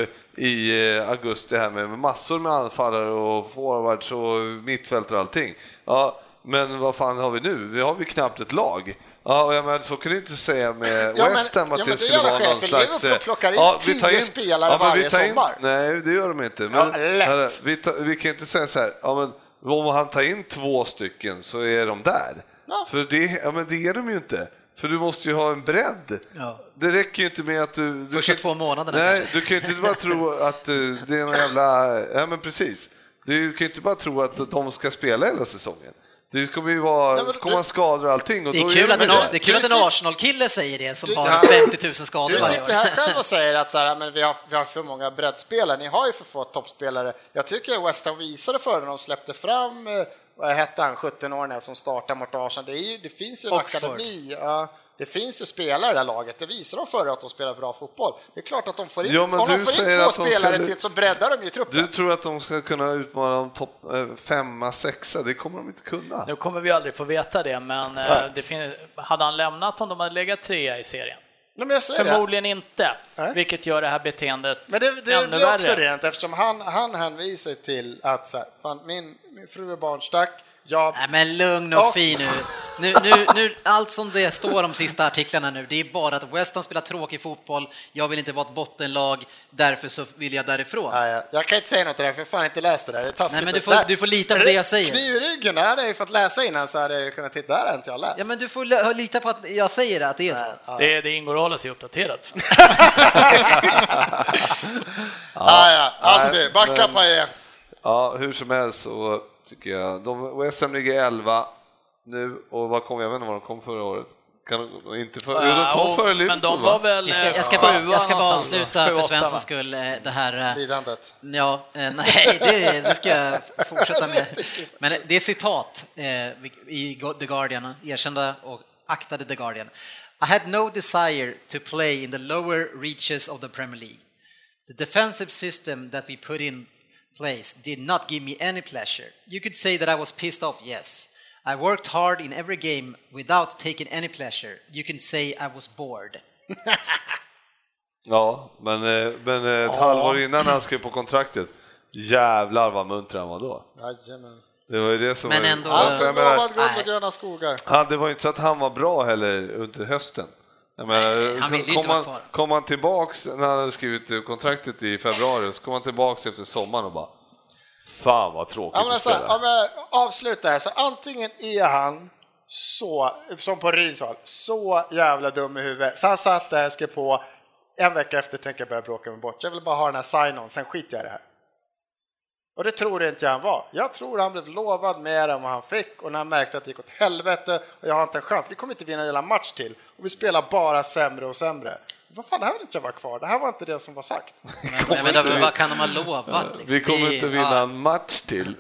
[SPEAKER 3] i eh, augusti här med, med massor med anfallare och forwards och mittfält och allting. Ja, men vad fan har vi nu? Vi har vi knappt ett lag. Ja, och jag menar, så kan du inte säga med
[SPEAKER 4] ja,
[SPEAKER 3] West Ham att
[SPEAKER 4] ja,
[SPEAKER 3] det,
[SPEAKER 4] det
[SPEAKER 3] skulle vara någon
[SPEAKER 4] för
[SPEAKER 3] slags...
[SPEAKER 4] Liverpool plockar in
[SPEAKER 3] ja,
[SPEAKER 4] tio
[SPEAKER 3] vi tar in,
[SPEAKER 4] spelare
[SPEAKER 3] ja,
[SPEAKER 4] varje
[SPEAKER 3] vi tar in,
[SPEAKER 4] sommar.
[SPEAKER 3] Nej, det gör de inte. Men,
[SPEAKER 4] ja, lätt.
[SPEAKER 3] här, vi, tar, vi kan inte säga så här, ja, men om han tar in två stycken så är de där. Ja. För det, ja, men det är de ju inte. För du måste ju ha en bredd. Ja. Det räcker ju inte med att du... du
[SPEAKER 2] Första
[SPEAKER 3] kan,
[SPEAKER 2] två månaderna
[SPEAKER 3] nej,
[SPEAKER 2] kanske.
[SPEAKER 3] du kan ju inte bara tro att uh, det är en jävla... Ja, men precis. Du kan ju inte bara tro att de ska spela hela säsongen. Det kommer ju vara, nej, men, kommer du, skador och allting. Och
[SPEAKER 2] det är
[SPEAKER 3] då
[SPEAKER 2] kul
[SPEAKER 3] är
[SPEAKER 2] att en,
[SPEAKER 3] det.
[SPEAKER 2] det är kul att en Arsenal-kille säger det som
[SPEAKER 4] du,
[SPEAKER 2] har
[SPEAKER 4] ja,
[SPEAKER 2] femtio tusen skador.
[SPEAKER 4] Du sitter här själv och säger att så här, men vi, har, vi har för många breddspelare. Ni har ju för få toppspelare. Jag tycker West Ham visade för när de släppte fram, vad hette han, sjutton-åringar som startar mot Arsenal. Det, är ju, det finns ju en
[SPEAKER 2] Oxford.
[SPEAKER 4] akademi. Ja. Det finns ju spelare i det här laget. Det visar de förra att de spelar bra fotboll. Det är klart att de får in,
[SPEAKER 3] ja,
[SPEAKER 4] om de får in två spelare
[SPEAKER 3] ska,
[SPEAKER 4] till så breddar de ju truppen.
[SPEAKER 3] Du tror att de ska kunna utmana de topp femma, sexa? Det kommer de inte kunna.
[SPEAKER 6] Nu kommer vi aldrig få veta det, men ja. det finns, hade han lämnat om de hade legat trea i serien?
[SPEAKER 4] Nej, men jag säger
[SPEAKER 6] Förmodligen
[SPEAKER 4] det.
[SPEAKER 6] inte,
[SPEAKER 4] Nej.
[SPEAKER 6] vilket gör det här beteendet
[SPEAKER 4] men det, det,
[SPEAKER 6] ännu
[SPEAKER 4] det är också
[SPEAKER 6] värre.
[SPEAKER 4] rent, eftersom han, han hänvisar till att så här, fan, min, min fru är barnstack. Jag...
[SPEAKER 2] Nej, men lugn och fin nu. Nu, nu, nu. Allt som det står de sista artiklarna nu, det är bara att West Ham spelar tråkig fotboll. Jag vill inte vara ett bottenlag, därför så vill jag därifrån.
[SPEAKER 4] Ja, ja. Jag kan inte säga något där, för jag fan inte läst det där. Det är
[SPEAKER 2] Nej, men du får, du får lita på det jag säger.
[SPEAKER 4] Kniv i ryggen, det hade jag fått läsa innan så hade jag kunnat titta, där har inte jag läst.
[SPEAKER 2] Ja, men du får lita på att jag säger det, att det är så.
[SPEAKER 6] Ja. Det, det ingår att hålla sig uppdaterat.
[SPEAKER 4] ja, ja, alltid. Backa på er.
[SPEAKER 3] Ja, hur som helst så tycker jag. De, West Ham ligger elva nu, och vad kom, jag vet inte vad de kom förra året. Kan de, inte för, ja, de kom före Liverpool,
[SPEAKER 6] men de var väl
[SPEAKER 2] jag ska, jag ska bara, jag ska bara avsluta för Svenssons skull det här
[SPEAKER 4] lidandet.
[SPEAKER 2] Ja, nej, det, det ska jag fortsätta med. Men det är citat i The Guardian, erkända och aktade The Guardian. I had no desire to play in the lower reaches of the Premier League. The defensive system that we put in place did not give me any pleasure. You could say that I was pissed off, yes. I worked hard in every game without taking any pleasure. You can say I was bored.
[SPEAKER 3] Ja, men, men ett ja. halvår innan han skrev på kontraktet, jävlar vad munter han var då.
[SPEAKER 4] Jajamän.
[SPEAKER 3] Det var ju det som
[SPEAKER 2] men
[SPEAKER 3] var...
[SPEAKER 2] ändå...
[SPEAKER 3] Ja,
[SPEAKER 4] jag menar, guld och gröna skogar.
[SPEAKER 3] Ja, det var ju inte så att han var bra heller under hösten. Jag menar,
[SPEAKER 2] Nej, han vill
[SPEAKER 3] kom, han, kom han tillbaks när han hade skrivit kontraktet i februari, så kom han tillbaks efter sommaren och bara fan vad tråkigt.
[SPEAKER 4] Ja, men alltså, om jag avslutar här, så antingen är han så, som på Ryn sa, så jävla dum i huvudet. Så han satt där och skrev på en vecka efter tänker jag börja bråka med bort. Jag vill bara ha den här sign-on, sen skiter jag i det här. Och det tror inte jag han var. Jag tror han blev lovad mer än vad han fick. Och när han märkte att det gick åt helvete och jag har inte en chans. Vi kommer inte vinna hela match till. Och vi spelar bara sämre och sämre. Vad fan, det här vill inte jag vara kvar. Det här var inte det som var sagt.
[SPEAKER 2] Men, men, men vad kan de ha lovat? Liksom?
[SPEAKER 3] Vi kommer inte vinna ja. en match till.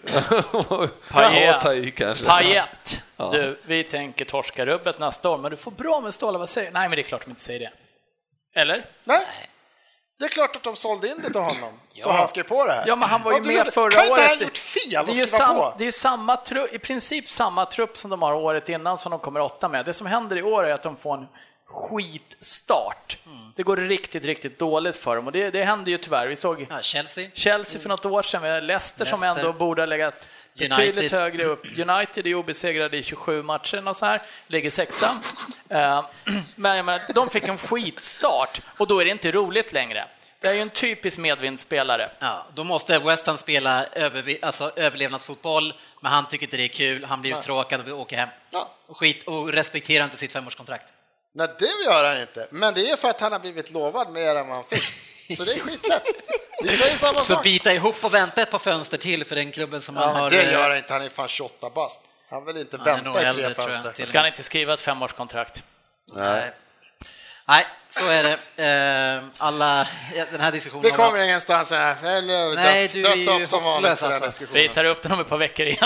[SPEAKER 6] Payet. Payet. Ja. Du, vi tänker torska rubbet nästa år. Men du får bra med stålar. Vad säger? Nej, men det är klart de inte säger det. Eller?
[SPEAKER 4] Nej. Det är klart att de sålde in det till honom. Ja. Så han skrev på det här.
[SPEAKER 6] Ja, men han var ju med
[SPEAKER 4] du,
[SPEAKER 6] förra
[SPEAKER 4] kan
[SPEAKER 6] året.
[SPEAKER 4] Kan inte ha gjort fel
[SPEAKER 6] det är, ju sam, på? det är ju samma trupp, i princip samma trupp som de har året innan som de kommer åtta med. Det som händer i år är att de får en skitstart. Mm. Det går riktigt, riktigt dåligt för dem. Och det, det händer ju tyvärr. Vi såg
[SPEAKER 2] ja, Chelsea.
[SPEAKER 6] Chelsea för något år sedan. Vi har Leicester, Leicester som ändå borde ha legat betydligt högre upp. United är obesegrade i tjugosju matcher och så här. Ligger sexa. uh, men, men de fick en skitstart. Och då är det inte roligt längre. Det är ju en typisk medvindsspelare.
[SPEAKER 2] Ja, då måste West Ham spela över, alltså, överlevnadsfotboll, men han tycker inte det är kul. Han blir uttråkad och vill åka hem. Ja. Och skit och respekterar inte sitt femårskontrakt.
[SPEAKER 4] Nej, det gör han inte. Men det är för att han har blivit lovad mer än vad han fick. Så det är skitlätt. Vi säger samma
[SPEAKER 2] Så
[SPEAKER 4] sak.
[SPEAKER 2] bita ihop och vänta ett par fönster till för den klubben som
[SPEAKER 4] ja,
[SPEAKER 2] han har...
[SPEAKER 4] det gör han inte. Han är fan tjugoåtta bast. Han vill inte ja, vänta i tre fönster.
[SPEAKER 6] Då ska han inte skriva ett femårskontrakt.
[SPEAKER 2] Nej. Nej, så är det. Alla, den här diskussionen...
[SPEAKER 4] Vi kommer om... ingenstans här.
[SPEAKER 2] Nej, du är ju hopplös alltså.
[SPEAKER 6] Vi tar upp den om ett par veckor igen.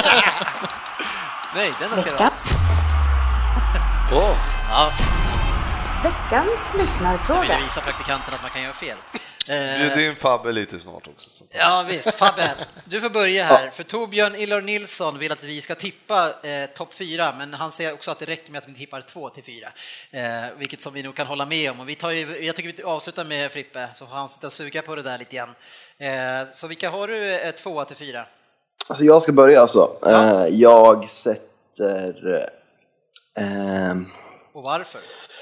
[SPEAKER 2] Nej, den ska jag
[SPEAKER 1] oh. ja. Veckans lyssnarfråga.
[SPEAKER 2] Jag vill visa praktikanten att man kan göra fel.
[SPEAKER 3] Bjud in Fabbe lite snart också.
[SPEAKER 2] Ja visst, Fabbe. Du får börja här. För Torbjörn Illor Nilsson vill att vi ska tippa eh, topp fyra, men han säger också att det räcker med att vi tippar två till fyra. Eh, vilket som vi nog kan hålla med om. Och vi tar ju, jag tycker vi avslutar med Frippe, så får han sitta och suga på det där lite igen. Eh, så vilka har du eh, två till fyra?
[SPEAKER 5] Alltså jag ska börja alltså. Ja. Eh, jag sätter... Eh,
[SPEAKER 2] och varför?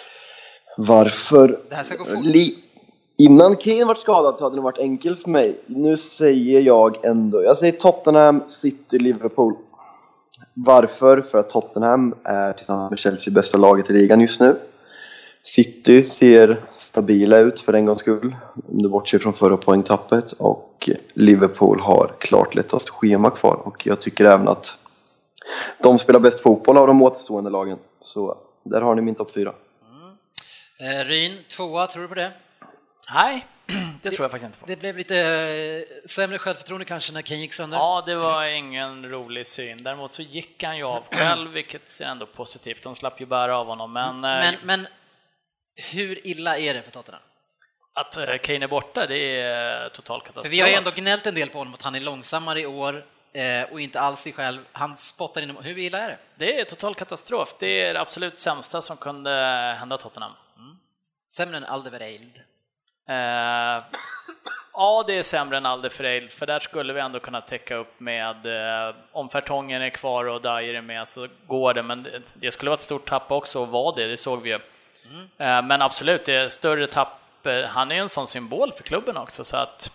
[SPEAKER 5] Varför?
[SPEAKER 2] Det här ska gå fort.
[SPEAKER 5] Li- Innan Kane var skadad så hade det varit enkelt för mig. Nu säger jag ändå... Jag säger Tottenham, City, Liverpool. Varför? För att Tottenham är tillsammans med Chelsea bästa laget i ligan just nu. City ser stabila ut för en gångs skull. Om du bortser från förra poängtappet. Och Liverpool har klart lättast schema kvar. Och jag tycker även att de spelar bäst fotboll av de återstående lagen. Så där har ni min topp fyra.
[SPEAKER 2] Mm. Eh, Ryn, tvåa, tror du på det?
[SPEAKER 6] Nej, det tror jag faktiskt inte på.
[SPEAKER 2] Det blev lite sämre självförtroende kanske när Kane gick sönder.
[SPEAKER 6] Ja, det var ingen rolig syn. Däremot så gick han ju av själv, vilket är ändå positivt. De slapp ju bära av honom. Men,
[SPEAKER 2] men, men hur illa är det för Tottenham?
[SPEAKER 6] Att Kane är borta, det är total katastrof.
[SPEAKER 2] För vi har ju ändå gnällt en del på honom att han är långsammare i år och inte alls sig själv. Han spottar in. Hur illa är det?
[SPEAKER 6] Det är total katastrof. Det är det absolut sämsta som kunde hända Tottenham.
[SPEAKER 2] Mm. Sämre än Alderweireld.
[SPEAKER 6] Uh, ja, det är sämre än Alderweireld, för där skulle vi ändå kunna täcka upp med uh, om Fertongen är kvar och Dyer är med så går det, men det, det skulle vara ett stort tapp också, och var det, det såg vi ju. Mm. Uh, men absolut, det är större tapp. Uh, han är en sån symbol för klubben också, så att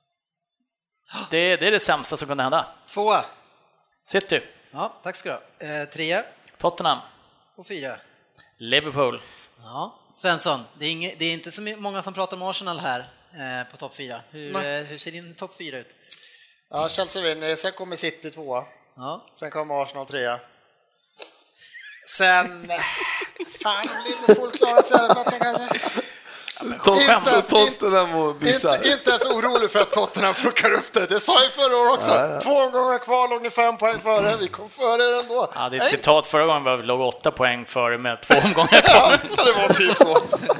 [SPEAKER 6] det, det är det sämsta som kunde hända.
[SPEAKER 2] Tvåa.
[SPEAKER 6] City.
[SPEAKER 2] Ja, tack ska du ha. Uh, trea.
[SPEAKER 6] Tottenham.
[SPEAKER 2] Och fyra.
[SPEAKER 6] Liverpool.
[SPEAKER 2] Ja. Svensson, det är, inge, det är inte så många som pratar om Arsenal här eh, på topp fyra. Hur, eh, hur ser din topp fyra ut?
[SPEAKER 4] Ja, Chelsea vinner, sen kommer City tvåa. Ja. Sen kommer Arsenal trea. Sen fan, Liverpool klarar fjärdeplatsen kanske.
[SPEAKER 3] Ja, inte, Tottenham och
[SPEAKER 4] inte, inte ens orolig för att Tottenham fuckar upp det. Det sa jag förra året också. Ja, ja. Två gånger kvar, låg ni fem poäng före. Vi kom före ändå.
[SPEAKER 6] Ja, det är ett citat förra gången var vi låg åtta poäng före med två omgångar kvar.
[SPEAKER 4] Ja, det var typ så.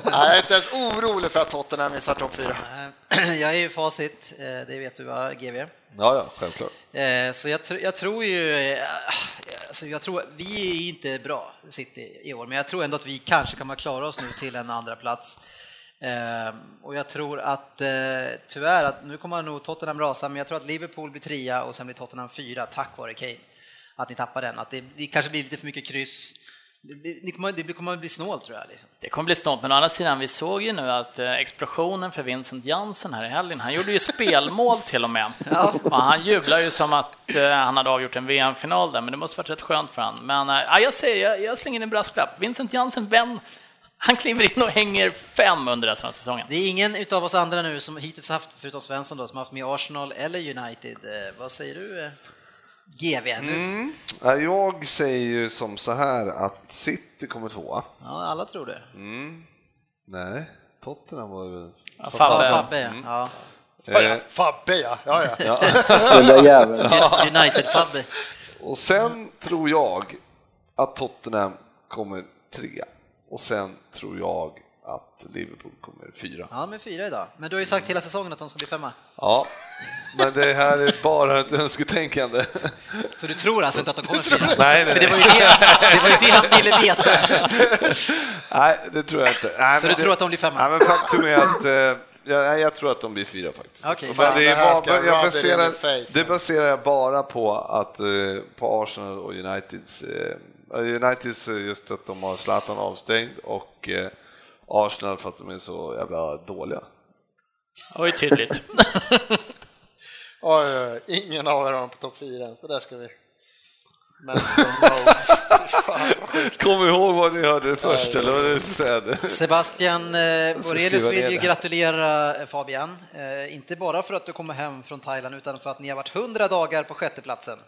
[SPEAKER 4] Jag är inte ens orolig för att Tottenham missar topp fyra.
[SPEAKER 2] Jag är ju facit, det vet du va, G V?
[SPEAKER 3] Ja, ja, självklart.
[SPEAKER 2] Så jag, jag tror ju, alltså jag tror, vi är ju inte bra City i år, men jag tror ändå att vi kanske kan klara oss nu till en andra plats. Och jag tror att tyvärr, att nu kommer nog Tottenham rasa, men jag tror att Liverpool blir trea och sen blir Tottenham fyra tack vare Kane. Att ni tappar den, att det, det kanske blir lite för mycket kryss. Det kommer, det kommer att bli snålt tror jag. Liksom.
[SPEAKER 6] Det kommer bli snålt, men å andra sidan, vi såg ju nu att eh, explosionen för Vincent Janssen här i helgen, han gjorde ju spelmål till och med. Ja. Och han jublar ju som att eh, han hade avgjort en V M-final där, men det måste varit rätt skönt för han. Men eh, jag säger, jag, jag slänger in en brasklapp. Vincent Janssen, vem? Han kliver in och hänger fem under den här säsongen.
[SPEAKER 2] Det är ingen utav oss andra nu som hittills haft, förutom Svensson då, som haft med Arsenal eller United. Eh, vad säger du? Eh? G V nu.
[SPEAKER 3] Mm. Jag säger ju som så här att City kommer tvåa.
[SPEAKER 2] Ja, alla tror det.
[SPEAKER 3] Mm. Nej, Tottenham var ju...
[SPEAKER 6] Ja, Fabbe.
[SPEAKER 2] Fabbe, mm. ja.
[SPEAKER 4] Ja, ja. Fabbe, ja. ja, ja.
[SPEAKER 5] ja.
[SPEAKER 2] United-Fabbe.
[SPEAKER 3] Och sen tror jag att Tottenham kommer trea. Och sen tror jag att Liverpool kommer fyra.
[SPEAKER 2] Ja, men fyra idag. Men du har ju sagt hela säsongen att de ska bli femma.
[SPEAKER 3] Ja, men det här är bara ett önsketänkande.
[SPEAKER 2] Så du tror alltså inte att de kommer fyra?
[SPEAKER 3] Nej, nej, nej.
[SPEAKER 2] För det var ju det, det, var ju det han ville veta.
[SPEAKER 3] Nej, det tror jag inte. Nej,
[SPEAKER 2] så du
[SPEAKER 3] det,
[SPEAKER 2] tror att de blir femma?
[SPEAKER 3] Nej, men faktum är att eh, jag, jag tror att de blir fyra faktiskt.
[SPEAKER 2] Okay,
[SPEAKER 3] men det, är bara, jag baserar,
[SPEAKER 4] face,
[SPEAKER 3] det baserar jag bara på att eh, på Arsenal och Uniteds eh, Uniteds just att de har Zlatan avstängd och eh, Arsenal för att de är så jävla dåliga.
[SPEAKER 6] Det var ju tydligt.
[SPEAKER 4] Oj, oj, ingen av er har på topp fyra ens. Det där ska vi... Men fan,
[SPEAKER 3] kom ihåg vad ni hörde det först, eller vad det säger.
[SPEAKER 2] Sebastian eh, Borelius vill ju gratulera Fabian. Eh, inte bara för att du kommer hem från Thailand, utan för att ni har varit hundra dagar på sjätteplatsen.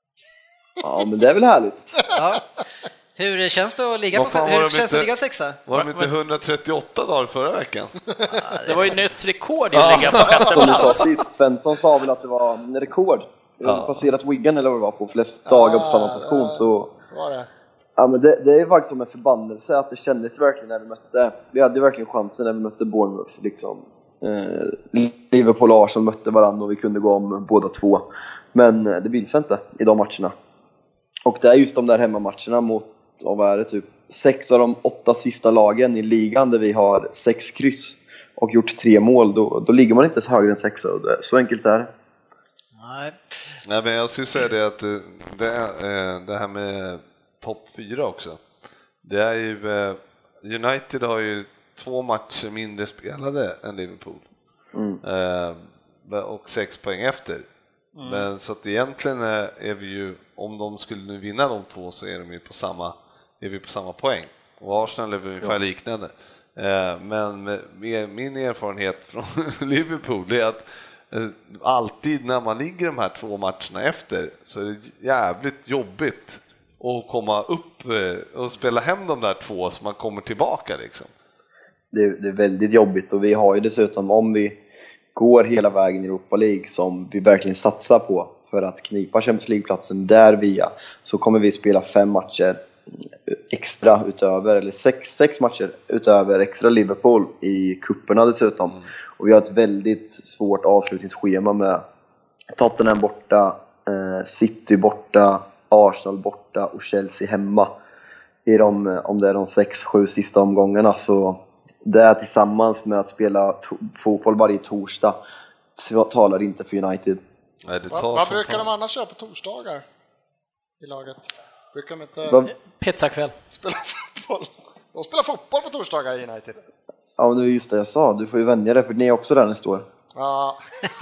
[SPEAKER 5] Ja, men det är väl härligt.
[SPEAKER 2] Ja. Hur känns det att ligga, på, hur känns det att ligga sexa?
[SPEAKER 3] Var de inte hundratrettioåtta dagar förra veckan?
[SPEAKER 6] Det var ju nytt rekord i att ligga på sjätte
[SPEAKER 5] Som du sa
[SPEAKER 6] plats.
[SPEAKER 5] sist, Svensson sa väl att det var en rekord. Ja. Passerat Wigan eller vad det var på flest dagar på samma position. Så,
[SPEAKER 4] så var det.
[SPEAKER 5] Ja, men det, det är faktiskt som en förbannelse att det kändes verkligen när vi mötte. Vi hade ju verkligen chansen när vi mötte Bournemouth. Liksom. Eh, Liverpool och Arsenal mötte varandra och vi kunde gå om båda två. Men det vill sig inte i de matcherna. Och det är just de där hemmamatcherna mot, vad är det, typ sex av de åtta sista lagen i ligan där vi har sex kryss och gjort tre mål. Då, då ligger man inte så högre än sexa. Så enkelt är det.
[SPEAKER 2] Nej.
[SPEAKER 3] Nej, men jag skulle säga det att det, är, det här med topp fyra också. Det är ju United har ju två matcher mindre spelade än Liverpool. Mm. Eh, och sex poäng efter. Mm. Men så att egentligen är vi ju, om de skulle nu vinna de två så är de ju på samma, är vi på samma poäng. Och Arsenal är ungefär ja. liknande. Eh, men med, med min erfarenhet från Liverpool är att alltid när man ligger de här två matcherna efter så är det jävligt jobbigt att komma upp och spela hem de där två så man kommer tillbaka liksom.
[SPEAKER 5] Det är, det är väldigt jobbigt och vi har ju dessutom, om vi går hela vägen i Europa League som vi verkligen satsar på för att knipa Champions League-platsen där via, så kommer vi spela fem matcher extra utöver, eller sex, sex matcher utöver extra Liverpool i kupperna dessutom. Mm. Och vi har ett väldigt svårt avslutningsschema med Tottenham borta, eh, City borta, Arsenal borta och Chelsea hemma i de, om det är de sex, sju sista omgångarna. Så det är tillsammans med att spela to- fotboll varje torsdag talar inte för United.
[SPEAKER 3] Nej, det tar
[SPEAKER 4] vad vad brukar de annars köra på torsdagar i laget? Brukar de inte
[SPEAKER 5] Va?
[SPEAKER 6] Pizzakväll.
[SPEAKER 4] spela fotboll? De spelar fotboll på torsdagar i United.
[SPEAKER 5] Ja, men det är just det jag sa. Du får ju vänja dig för ni är också där nästa år.
[SPEAKER 4] Ja.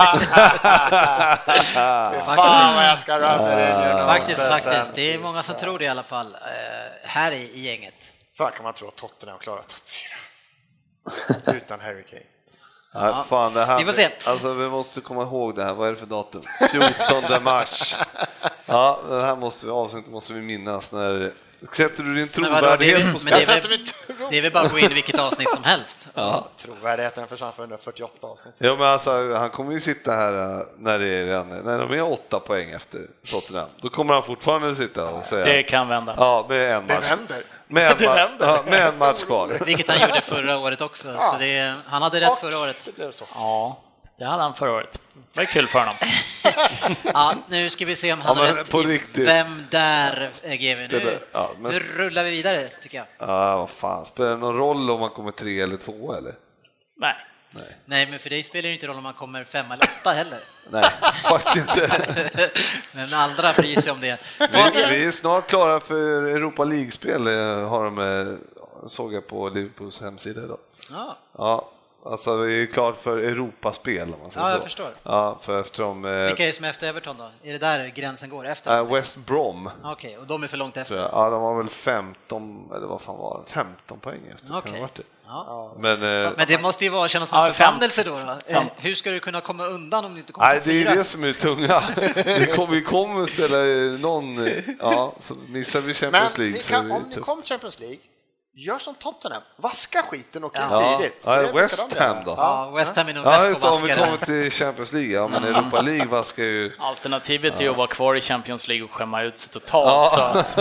[SPEAKER 4] Fan vad jag ska röra det.
[SPEAKER 2] Faktiskt, faktiskt. Det är många som tror det i alla fall. Uh, här i, i gänget.
[SPEAKER 4] Fan kan man tro att Tottenham klarar topp fyra. Utan Harry Kane.
[SPEAKER 3] Ja, fan, det här,
[SPEAKER 2] vi får se.
[SPEAKER 3] Alltså vi måste komma ihåg det här. Vad är det för datum? fjortonde mars. Ja, det här måste vi avsnitt måste vi minnas när sätter du din trovärdighet på
[SPEAKER 2] spel. Det, det är väl bara att gå in i vilket avsnitt som helst.
[SPEAKER 4] Ja. Trovärdigheten försvann för hundrafyrtioåtta avsnitt.
[SPEAKER 3] Ja, men alltså, han kommer ju sitta här när, det är, när de är åtta poäng efter Tottenham. Då kommer han fortfarande sitta och säga...
[SPEAKER 6] Det kan vända.
[SPEAKER 3] Ja, med en
[SPEAKER 4] det
[SPEAKER 3] match.
[SPEAKER 4] vänder.
[SPEAKER 3] med, ma- ja, med en match kvar.
[SPEAKER 2] Vilket han gjorde förra året också. Ja. Så det, han hade rätt förra året.
[SPEAKER 4] Det blev så.
[SPEAKER 6] Ja, det hade han förra året. Det var kul för honom.
[SPEAKER 2] Ja, nu ska vi se om han
[SPEAKER 3] ja,
[SPEAKER 2] har rätt
[SPEAKER 3] på
[SPEAKER 2] i
[SPEAKER 3] riktigt.
[SPEAKER 2] Vem där är G V nu.
[SPEAKER 3] Ja, men...
[SPEAKER 2] Nu rullar vi vidare, tycker jag.
[SPEAKER 3] Ja, vad fan. Spelar det någon roll om man kommer tre eller två, eller?
[SPEAKER 6] Nej.
[SPEAKER 3] Nej.
[SPEAKER 2] Nej, men för dig spelar det inte roll om man kommer fem eller åtta heller.
[SPEAKER 3] Nej, faktiskt inte.
[SPEAKER 2] Men andra bryr sig om det.
[SPEAKER 3] Vi, vi är snart klara för Europa League-spel, har de, såg jag på Liverpools hemsida idag.
[SPEAKER 2] Ja.
[SPEAKER 3] Ja, alltså vi är klart för Europaspel, om man säger
[SPEAKER 2] Ja, jag
[SPEAKER 3] så.
[SPEAKER 2] förstår.
[SPEAKER 3] Ja, för eftersom...
[SPEAKER 2] Vilka är det som är efter Everton då? Är det där gränsen går efter?
[SPEAKER 3] Äh, West Brom.
[SPEAKER 2] Okej, okay, och de är för långt efter?
[SPEAKER 3] Ja, de var väl femton, eller vad fan var det? femton poäng efter.
[SPEAKER 2] Okej.
[SPEAKER 3] Okay.
[SPEAKER 2] Ja.
[SPEAKER 3] Men, eh,
[SPEAKER 2] men det måste ju vara kännas som en
[SPEAKER 6] ja,
[SPEAKER 2] förfandelse då. då. Eh, hur ska du kunna komma undan om du inte kommer
[SPEAKER 3] nej,
[SPEAKER 2] på
[SPEAKER 3] det
[SPEAKER 2] fyra?
[SPEAKER 3] är det som är tunga. vi kommer vi kommer att spela någon, ja, så missar vi Champions
[SPEAKER 4] men
[SPEAKER 3] League.
[SPEAKER 4] Ni kan,
[SPEAKER 3] så
[SPEAKER 4] om ni kommer till Champions League, gör som Tottenham, vaska skiten och ja. tidigt.
[SPEAKER 3] Ja, West Ham då.
[SPEAKER 2] Ja, West Ham är nog
[SPEAKER 3] ja,
[SPEAKER 2] bäst
[SPEAKER 3] just
[SPEAKER 2] på
[SPEAKER 3] det,
[SPEAKER 2] att
[SPEAKER 3] om vi
[SPEAKER 2] vaska
[SPEAKER 3] kommer till Champions League, ja, men Europa League vaskar ju...
[SPEAKER 6] Alternativet är att vara kvar i Champions League och skämma ut sig totalt. Så att...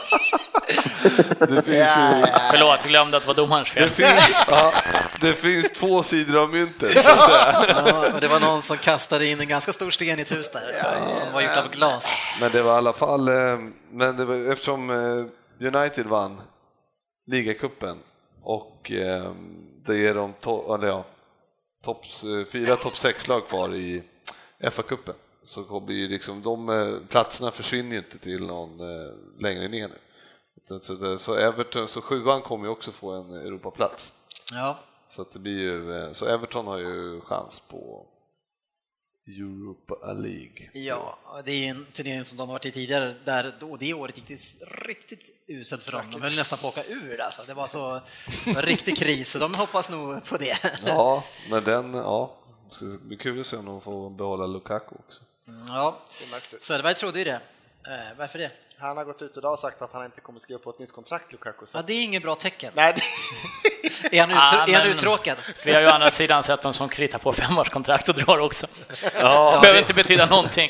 [SPEAKER 3] det finns ju...
[SPEAKER 6] Förlåt, jag glömde att det var domarens fel.
[SPEAKER 3] Det finns, ja, det finns två sidor av myntet, så att säga.
[SPEAKER 2] Ja, och det var någon som kastade in en ganska stor sten i ett hus där, ja, som var gjort av glas.
[SPEAKER 3] Men det var i alla fall, men det var, eftersom United vann ligacupen och det är de to, eller ja, topp fyra topp sex lag kvar i F A-cupen, så kommer ju liksom de platserna försvinner ju inte till någon längre ner nu. Så, så Everton, så sjuan kommer ju också få en Europaplats.
[SPEAKER 2] Ja.
[SPEAKER 3] Så att det blir ju, så Everton har ju chans på Europa League.
[SPEAKER 2] Ja, det är en turnering som de har varit i tidigare, där då det året gick det riktigt uselt för dem. De höll nästan på att åka ur, alltså. Det var så det var riktig kris, så de hoppas nog på det.
[SPEAKER 3] Ja, men den, ja, det blir kul att se om de får behålla Lukaku också.
[SPEAKER 2] Ja, Söderberg trodde ju det. Eh, varför det?
[SPEAKER 4] Han har gått ut idag och sagt att han inte kommer skriva på ett nytt kontrakt, Lukaku. Så.
[SPEAKER 2] Ja, det är inget bra tecken.
[SPEAKER 4] Nej, det...
[SPEAKER 2] Är han, ut,
[SPEAKER 6] ah,
[SPEAKER 2] är han uttråkad?
[SPEAKER 6] Vi har ju å andra sidan sett dem som kritar på femårskontrakt och drar också.
[SPEAKER 3] Ja,
[SPEAKER 6] det behöver inte betyda någonting.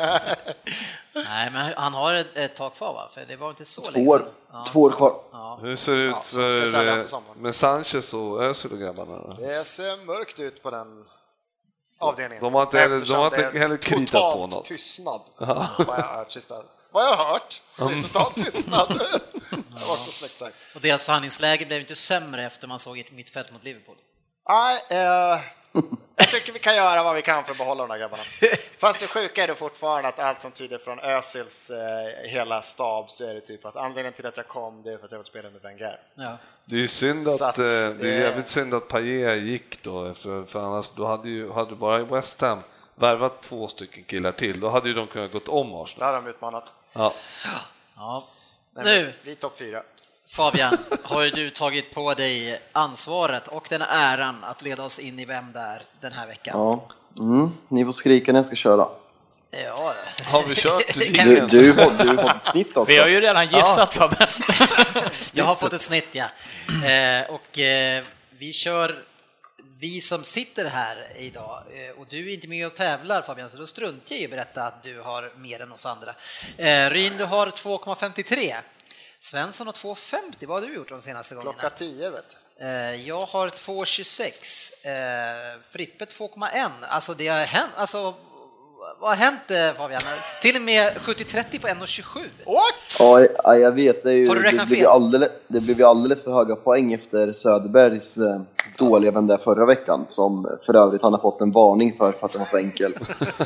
[SPEAKER 2] Nej, men han har ett, ett tag kvar, va? För det var inte så
[SPEAKER 5] två
[SPEAKER 2] länge
[SPEAKER 5] år,
[SPEAKER 2] ja.
[SPEAKER 5] två år kvar.
[SPEAKER 2] Ja.
[SPEAKER 3] Hur ser det ut
[SPEAKER 4] ja,
[SPEAKER 3] för, med Sanchez och Özil och grabbarna? Då?
[SPEAKER 4] Det ser mörkt ut på den avdelningen.
[SPEAKER 3] De har inte heller, de har inte heller kritat på något.
[SPEAKER 4] Tystnad. Vad jag har hört, sista. Vad jag har hört, så är totalt tystnad. Det var också snyggt sagt.
[SPEAKER 2] Och deras förhandlingsläge blev inte sämre efter man såg ett mittfält mot Liverpool.
[SPEAKER 4] Nej, eh, jag tycker vi kan göra vad vi kan för att behålla de här grabbarna. Fast det sjuka är det fortfarande att allt som tyder från Özils eh, hela stab, så är det typ att anledningen till att jag kom, det är för att jag vill spela med Wenger.
[SPEAKER 2] Ja.
[SPEAKER 3] Det är ju synd att,
[SPEAKER 4] att
[SPEAKER 3] det...
[SPEAKER 4] det
[SPEAKER 3] är jävligt synd att Payet gick då, efter, för annars då hade ju hade bara i West Ham värvat två stycken killar till, då hade ju de kunnat gått om Arsenal.
[SPEAKER 4] Där har de utmanat.
[SPEAKER 3] Ja.
[SPEAKER 2] Ja.
[SPEAKER 4] Nej,
[SPEAKER 2] Nu,
[SPEAKER 4] vi är topp fyra.
[SPEAKER 2] Fabian, har du tagit på dig ansvaret och den äran att leda oss in i Vem där den här veckan?
[SPEAKER 5] Ja. Mm. Ni får skrika när jag ska köra.
[SPEAKER 2] Ja,
[SPEAKER 3] Har vi kört?
[SPEAKER 2] det
[SPEAKER 5] Du,
[SPEAKER 2] kan...
[SPEAKER 5] du, har, du har fått ett snitt också.
[SPEAKER 6] Vi har ju redan gissat, ja. Fabian.
[SPEAKER 2] Jag har fått ett snitt, ja. Eh, och eh, vi kör, vi som sitter här idag, eh, och du är inte med och tävlar, Fabian, så då struntar jag i att berätta att du har mer än oss andra. Eh, Ryn, du har två komma femtiotre. Svensson har två komma femtio. Vad har du gjort de senaste gångerna?
[SPEAKER 4] Klocka tio, vet
[SPEAKER 2] eh, Jag har två komma tjugosex. Eh, Frippe två komma ett. Alltså det har hänt, alltså vad har hänt, Fabian? Till och med sjuttio trettio på en komma tjugosju.
[SPEAKER 5] Ja, ja, jag vet. Det, är ju,
[SPEAKER 2] Har du räknat
[SPEAKER 5] det, blev
[SPEAKER 2] fel?
[SPEAKER 5] ju alldeles, det blev ju alldeles för höga poäng efter Söderbergs eh, dåliga vända förra veckan, som för övrigt han har fått en varning för, för att den var för enkel.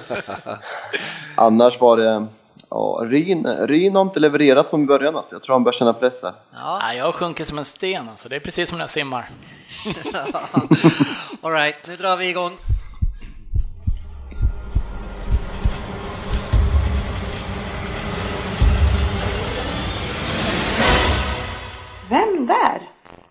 [SPEAKER 5] Annars var det... Ja, Ryn, Ryn har inte levererat som i början, alltså. Jag tror han börjar känna press här.
[SPEAKER 2] Ja.
[SPEAKER 6] Ja, jag sjunker som en sten, alltså. Det är precis som när jag simmar.
[SPEAKER 2] All right, nu drar vi igång.
[SPEAKER 1] Vem där?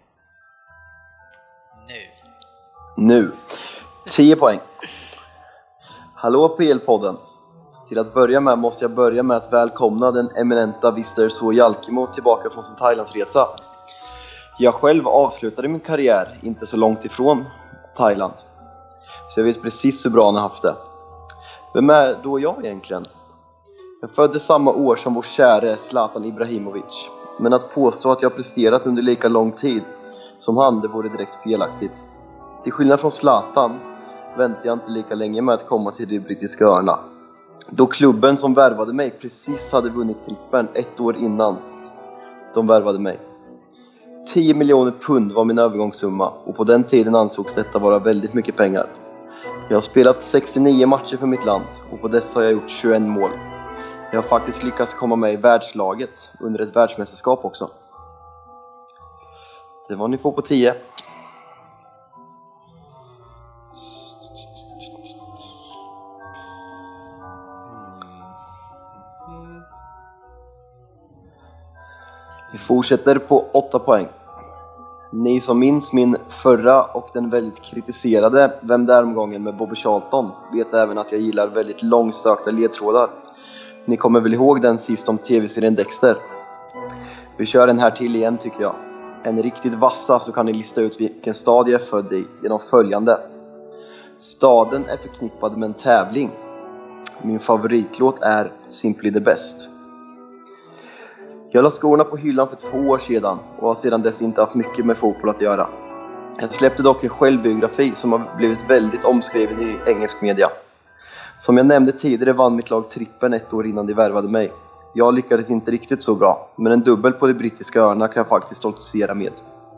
[SPEAKER 2] Nu.
[SPEAKER 5] Nu. tio poäng. Hallå P L-podden. Till att börja med måste jag börja med att välkomna den eminenta Vister So Jalkimo tillbaka från sin Thailandsresa. Jag själv avslutade min karriär inte så långt ifrån Thailand, så jag vet precis hur bra han har haft det. Vem är då jag egentligen? Jag föddes samma år som vår käre Zlatan Ibrahimovic. Men att påstå att jag presterat under lika lång tid som han, det vore direkt felaktigt. Till skillnad från Zlatan väntade jag inte lika länge med att komma till de brittiska öarna, då klubben som värvade mig precis hade vunnit trippen ett år innan de värvade mig. tio miljoner pund var min övergångssumma, och på den tiden ansågs detta vara väldigt mycket pengar. Jag har spelat sextionio matcher för mitt land, och på dessa har jag gjort tjugoett mål. Jag har faktiskt lyckats komma med i världslaget under ett världsmästerskap också. Det var ni får på tio. Vi fortsätter på åtta poäng. Ni som minns min förra och den väldigt kritiserade Vem där-omgången med Bobby Charlton vet även att jag gillar väldigt långsökta ledtrådar. Ni kommer väl ihåg den sist om tv-serien Dexter? Vi kör den här till igen tycker jag. En riktigt vassa, så kan ni lista ut vilken stad jag är född i genom följande. Staden är förknippad med en tävling. Min favoritlåt är Simply the Best. Jag la skorna på hyllan för två år sedan och har sedan dess inte haft mycket med fotboll att göra. Jag släppte dock en självbiografi som har blivit väldigt omskriven i engelsk media. Som jag nämnde tidigare vann mitt lag trippen ett år innan de värvade mig. Jag lyckades inte riktigt så bra, men en dubbel på de brittiska öarna kan jag faktiskt stoltsera med.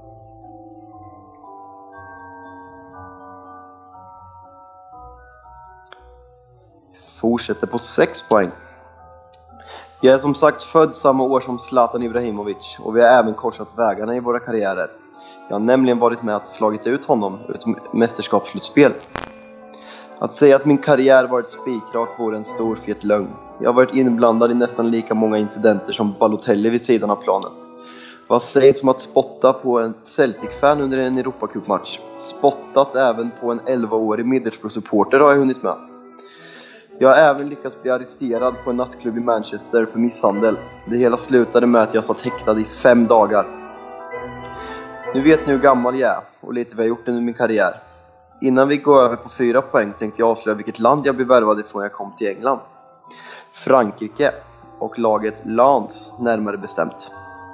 [SPEAKER 5] Fortsätter på sex poäng. Jag är som sagt född samma år som Zlatan Ibrahimovic, och vi har även korsat vägarna i våra karriärer. Jag har nämligen varit med att slagit ut honom ur ett mästerskapsslutspel. Att säga att min karriär varit spikrak vore en stor fet lögn. Jag har varit inblandad i nästan lika många incidenter som Balotelli vid sidan av planen. Vad sägs om att spotta på en Celtic-fan under en Europacup-match? Spottat även på en elva-årig Middlesbrough-supporter har jag hunnit med. Jag har även lyckats bli arresterad på en nattklubb i Manchester för misshandel. Det hela slutade med att jag satt häktad i fem dagar. Nu vet ni hur gammal jag är och lite vad jag gjort under min karriär. Innan vi går över på fyra poäng tänkte jag avslöja vilket land jag blev värvad ifrån jag kom till England. Frankrike, och laget Lens närmare bestämt.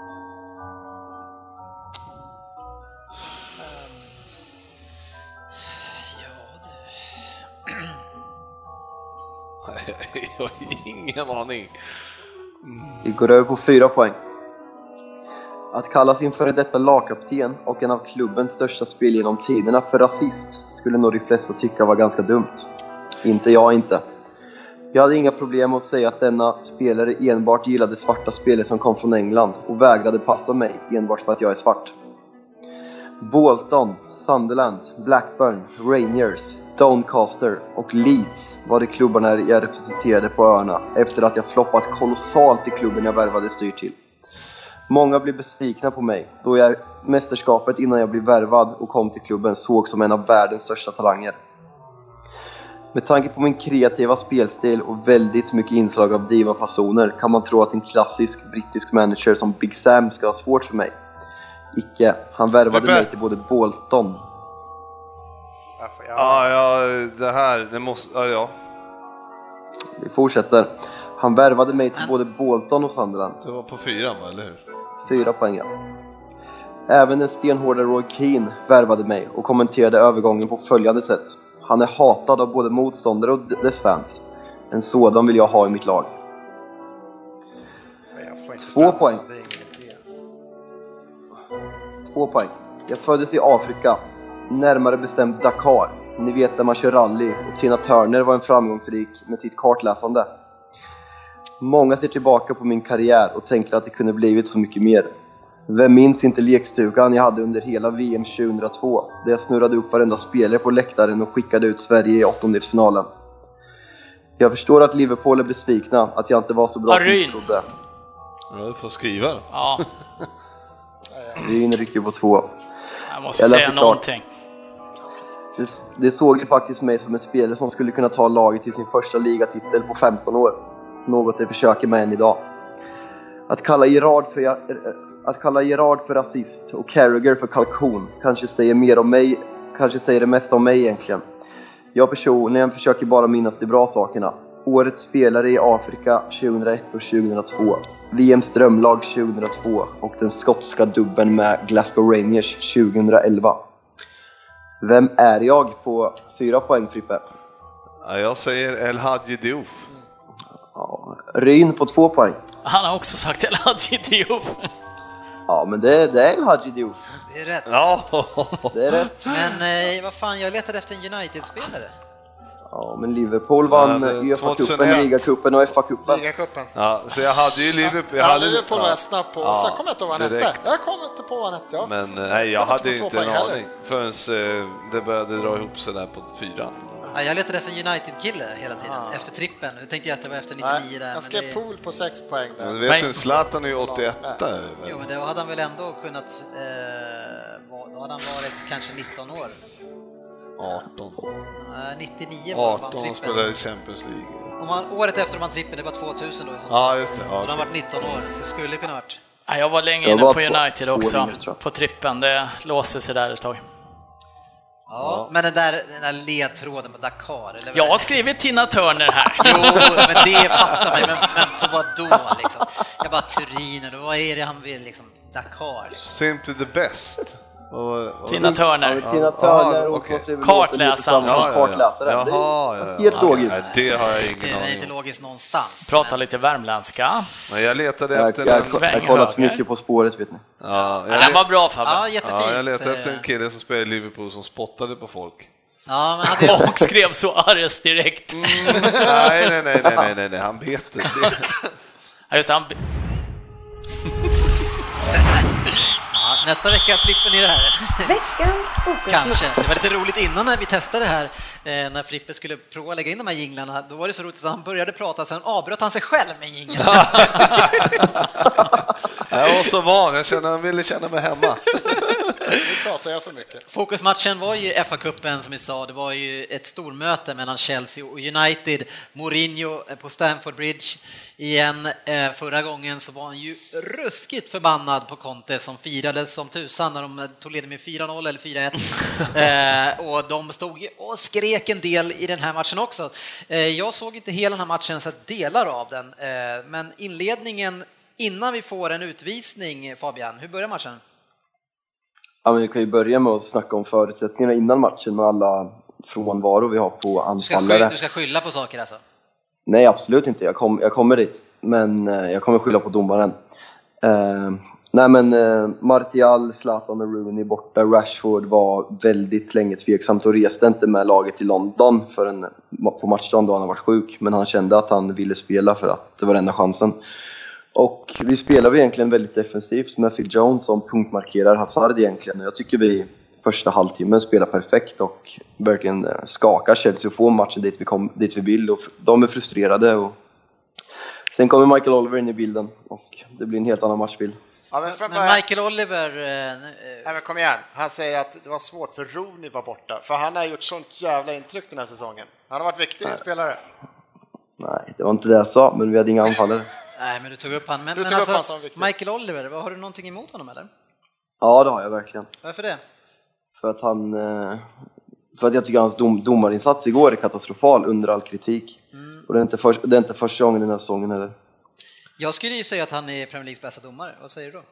[SPEAKER 3] Jag har ingen aning.
[SPEAKER 5] Vi går över på fyra poäng. Att kalla sin före detta lagkapten och en av klubbens största spel genom tiderna för rasist skulle nog de flesta tycka var ganska dumt. Inte jag inte. Jag hade inga problem att säga att denna spelare enbart gillade svarta spelare som kom från England och vägrade passa mig enbart för att jag är svart. Bolton, Sunderland, Blackburn, Rangers, Doncaster och Leeds var de klubbarna jag representerade på öarna efter att jag floppat kolossalt i klubben jag värvade styr till. Många blev besvikna på mig då jag mästerskapet innan jag blev värvad och kom till klubben såg som en av världens största talanger. Med tanke på min kreativa spelstil och väldigt mycket inslag av diva-fasoner kan man tro att en klassisk brittisk manager som Big Sam ska ha svårt för mig. Icke, han värvade mig till både Bolton.
[SPEAKER 3] Ja, ja, det här, det måste, ja, ja.
[SPEAKER 5] Vi fortsätter. Han värvade mig till både Bolton och Sunderland.
[SPEAKER 3] Det var på fyra, eller hur?
[SPEAKER 5] Fyra poäng. Även den stenhårda Roy Keane värvade mig och kommenterade övergången på följande sätt. Han är hatad av både motståndare och dess fans. En sådan vill jag ha i mitt lag. Två poäng. Två poäng. Jag föddes i Afrika, närmare bestämt Dakar. Ni vet där man kör rally, och Tina Turner var en framgångsrik med sitt kartläsande. Många ser tillbaka på min karriär och tänker att det kunde blivit så mycket mer. Vem minns inte lekstugan jag hade under hela V M tjugohundratvå, där jag snurrade upp varenda spelare på läktaren och skickade ut Sverige i åttondelsfinalen. Jag förstår att Liverpool är besvikna att jag inte var så bra
[SPEAKER 6] Aryn.
[SPEAKER 5] som jag trodde.
[SPEAKER 3] Ja, du får skriva.
[SPEAKER 6] Ja,
[SPEAKER 5] Vi rycker på två.
[SPEAKER 6] jag måste
[SPEAKER 5] Jag
[SPEAKER 6] säga
[SPEAKER 5] läser klart.
[SPEAKER 6] någonting.
[SPEAKER 5] Det, det såg ju faktiskt mig som en spelare som skulle kunna ta laget till sin första ligatitel på femton år. Något jag försöker med än idag. Att kalla Gerard för, att kalla Gerard för rasist och Carragher för kalkon kanske säger mer om mig, kanske säger det mesta om mig egentligen. Jag personligen försöker bara minnas de bra sakerna. Årets spelare i Afrika tjugohundraett och tjugohundratvå. V M:s drömlag tjugohundratvå och den skotska dubben med Glasgow Rangers tjugohundraelva. Vem är jag på fyra poäng, Frippe?
[SPEAKER 3] Ja, jag säger El Hadji Diouf.
[SPEAKER 5] Ja, Ryn på två poäng.
[SPEAKER 6] Han har också sagt El Hadji Diouf.
[SPEAKER 5] Ja, men det, det är El Hadji Diouf.
[SPEAKER 2] Det är rätt.
[SPEAKER 3] Ja.
[SPEAKER 5] Det är rätt.
[SPEAKER 2] Men eh, vad fan, jag letade efter en United-spelare.
[SPEAKER 5] Ja, men Liverpool vann
[SPEAKER 3] Ja,
[SPEAKER 5] U F A-cupen,
[SPEAKER 3] tjugohundraett.
[SPEAKER 5] Ligacupen och F A-cupen.
[SPEAKER 4] Ligacupen.
[SPEAKER 3] Ja, så jag hade ju Liverpool.
[SPEAKER 4] Jag hade
[SPEAKER 3] ju-
[SPEAKER 4] Liverpool var jag snabb på, och så
[SPEAKER 3] Ja,
[SPEAKER 4] kommer jag inte ihåg vad han hette.
[SPEAKER 3] direkt.
[SPEAKER 4] Jag kommer inte på vad han hette, ja.
[SPEAKER 3] Men eh, nej, jag
[SPEAKER 4] Jag
[SPEAKER 3] hade
[SPEAKER 4] kom inte på
[SPEAKER 3] inte
[SPEAKER 4] två
[SPEAKER 3] en
[SPEAKER 4] poäng heller.
[SPEAKER 3] aning förrän eh, det började dra ihop sig där på fyra.
[SPEAKER 2] Ja, jag letade efter en United-kille hela tiden, efter trippen. Nu tänkte jag att det var efter nittionio
[SPEAKER 4] Nej,
[SPEAKER 2] där.
[SPEAKER 4] jag
[SPEAKER 2] men
[SPEAKER 4] skrev
[SPEAKER 2] det...
[SPEAKER 4] pool på sex poäng där.
[SPEAKER 3] Men vet du, Zlatan är ju åttioett.
[SPEAKER 2] Jo, men då hade han väl ändå kunnat... Eh, va- då hade han varit kanske nitton år.
[SPEAKER 3] arton.
[SPEAKER 2] Eh, nittionio var han
[SPEAKER 3] arton
[SPEAKER 2] trippen.
[SPEAKER 3] spelade i Champions League.
[SPEAKER 2] Om han, året efter om han trippen, det var tvåtusen då. Så,
[SPEAKER 3] Ja, just det. Ja,
[SPEAKER 2] så då har
[SPEAKER 3] okej.
[SPEAKER 2] han varit nitton år, så skulle det kunna varit.
[SPEAKER 6] Ja, jag var länge
[SPEAKER 5] Jag
[SPEAKER 6] inne
[SPEAKER 5] var
[SPEAKER 6] på
[SPEAKER 5] två-
[SPEAKER 6] United
[SPEAKER 5] två
[SPEAKER 6] också,
[SPEAKER 5] ringer, tror jag.
[SPEAKER 6] på trippen. Det låser sig där ett tag.
[SPEAKER 2] Ja, men den där, den där ledtråden på Dakar, eller vad
[SPEAKER 6] Jag
[SPEAKER 2] är
[SPEAKER 6] har
[SPEAKER 2] det?
[SPEAKER 6] skrivit Tina Turner här.
[SPEAKER 2] Jo, men det fattar man ju, men, men på vad då liksom? Jag bara Turin, och vad är det han vill liksom? Dakar liksom.
[SPEAKER 3] Simply the best. Och, och,
[SPEAKER 6] Tina
[SPEAKER 5] Ja,
[SPEAKER 6] Turner.
[SPEAKER 5] men Tina
[SPEAKER 3] Ja,
[SPEAKER 5] Turner och
[SPEAKER 3] okej.
[SPEAKER 5] så skriver
[SPEAKER 6] Kartläsaren.
[SPEAKER 5] låten lite
[SPEAKER 3] Ja,
[SPEAKER 5] samma-
[SPEAKER 3] ja, ja.
[SPEAKER 5] Kartläsaren. Det är
[SPEAKER 3] Jaha, ja, ja.
[SPEAKER 5] helt
[SPEAKER 3] Okej.
[SPEAKER 5] logiskt.
[SPEAKER 3] Nej, det har jag ingen
[SPEAKER 2] Det är
[SPEAKER 3] aning
[SPEAKER 2] inte
[SPEAKER 3] om.
[SPEAKER 2] logiskt någonstans.
[SPEAKER 6] Prata
[SPEAKER 2] men-
[SPEAKER 6] lite värmländska.
[SPEAKER 3] Men jag letade
[SPEAKER 5] Jag,
[SPEAKER 3] efter
[SPEAKER 5] jag,
[SPEAKER 3] en...
[SPEAKER 5] jag,
[SPEAKER 6] sväng
[SPEAKER 5] har kollat för
[SPEAKER 6] höger.
[SPEAKER 5] mycket På spåret, vet ni.
[SPEAKER 3] Ja, jag,
[SPEAKER 6] Den var
[SPEAKER 3] let,
[SPEAKER 6] bra, Fabbe.
[SPEAKER 2] Ja, jättefint.
[SPEAKER 3] ja, jag letade efter en
[SPEAKER 2] Eh,
[SPEAKER 3] kille som spelade i Liverpool som spottade på folk.
[SPEAKER 2] Ja, men hade jag...
[SPEAKER 6] Och skrev så arrest direkt.
[SPEAKER 3] nej, nej, nej, nej, nej, nej, nej, han vet det.
[SPEAKER 6] Ja, just det, han...
[SPEAKER 2] Ja, nästa vecka slipper ni det här.
[SPEAKER 1] Veckans fokus.
[SPEAKER 2] Kanske. Det var lite roligt innan när vi testade det här, eh, när Frippe skulle prova att lägga in de här jinglarna. Då var det så roligt så han började prata, sen avbröt han sig själv med jingeln.
[SPEAKER 3] Jag var så van, jag kände, han ville känna mig hemma.
[SPEAKER 4] Nu pratar jag för mycket.
[SPEAKER 2] Fokusmatchen var ju F A-cupen som vi sa, det var ju ett stormöte mellan Chelsea och United. Mourinho på Stamford Bridge igen. Förra gången så var han ju ruskigt förbannad på Conte som firades som tusan när de tog ledning med fyra noll eller fyra ett. Och de stod och skrek en del i den här matchen också. Jag såg inte hela den här matchen, så delar av den. Men inledningen, innan vi får en utvisning, Fabian, hur börjar matchen?
[SPEAKER 5] Ja, men vi kan ju börja med att snacka om förutsättningarna innan matchen med alla frånvaro vi har på
[SPEAKER 2] Du ska,
[SPEAKER 5] anfallare.
[SPEAKER 2] skylla, du ska skylla på saker alltså?
[SPEAKER 5] Nej, absolut inte. Jag, kom, jag kommer dit. Men eh, jag kommer skylla på domaren. Eh, nej, men eh, Martial, Zlatan och Rooney borta. Rashford var väldigt länge tveksamt och reste inte med laget till London för en, på matchdagen då han har varit sjuk. Men han kände att han ville spela för att det var enda chansen. Och vi spelar egentligen väldigt defensivt med Phil Jones som punktmarkerar Hazard egentligen. Jag tycker vi första halvtimmen spelar perfekt och verkligen skakar Chelsea och får matchen dit vi, kom, dit vi vill. Och de är frustrerade. Och sen kommer Michael Oliver in i bilden och det blir en helt annan matchbild.
[SPEAKER 4] Ja, men, från
[SPEAKER 2] Men
[SPEAKER 4] början-
[SPEAKER 2] Michael Oliver... Eh, eh,
[SPEAKER 4] Nej, men kom igen. Han säger att det var svårt för Rooney var borta. För han har gjort sånt jävla intryck den här säsongen. Han har varit viktig spelare.
[SPEAKER 5] Nej, det var inte det jag sa, men vi hade inga anfallare.
[SPEAKER 2] nej, men du tog upp han. Men,
[SPEAKER 4] Du
[SPEAKER 2] men
[SPEAKER 4] tog upp
[SPEAKER 2] alltså,
[SPEAKER 4] han som viktig.
[SPEAKER 2] Michael Oliver, vad har du någonting emot honom eller?
[SPEAKER 5] Ja, det har jag verkligen.
[SPEAKER 2] Varför det?
[SPEAKER 5] För att han... eh, För att jag tycker hans dom, domarinsats igår är katastrofal under all kritik.
[SPEAKER 2] Mm.
[SPEAKER 5] Och det är, inte för, det är inte första gången den här säsongen heller.
[SPEAKER 2] Jag skulle ju säga att han är Premier Leagues bästa domare. Vad säger du då?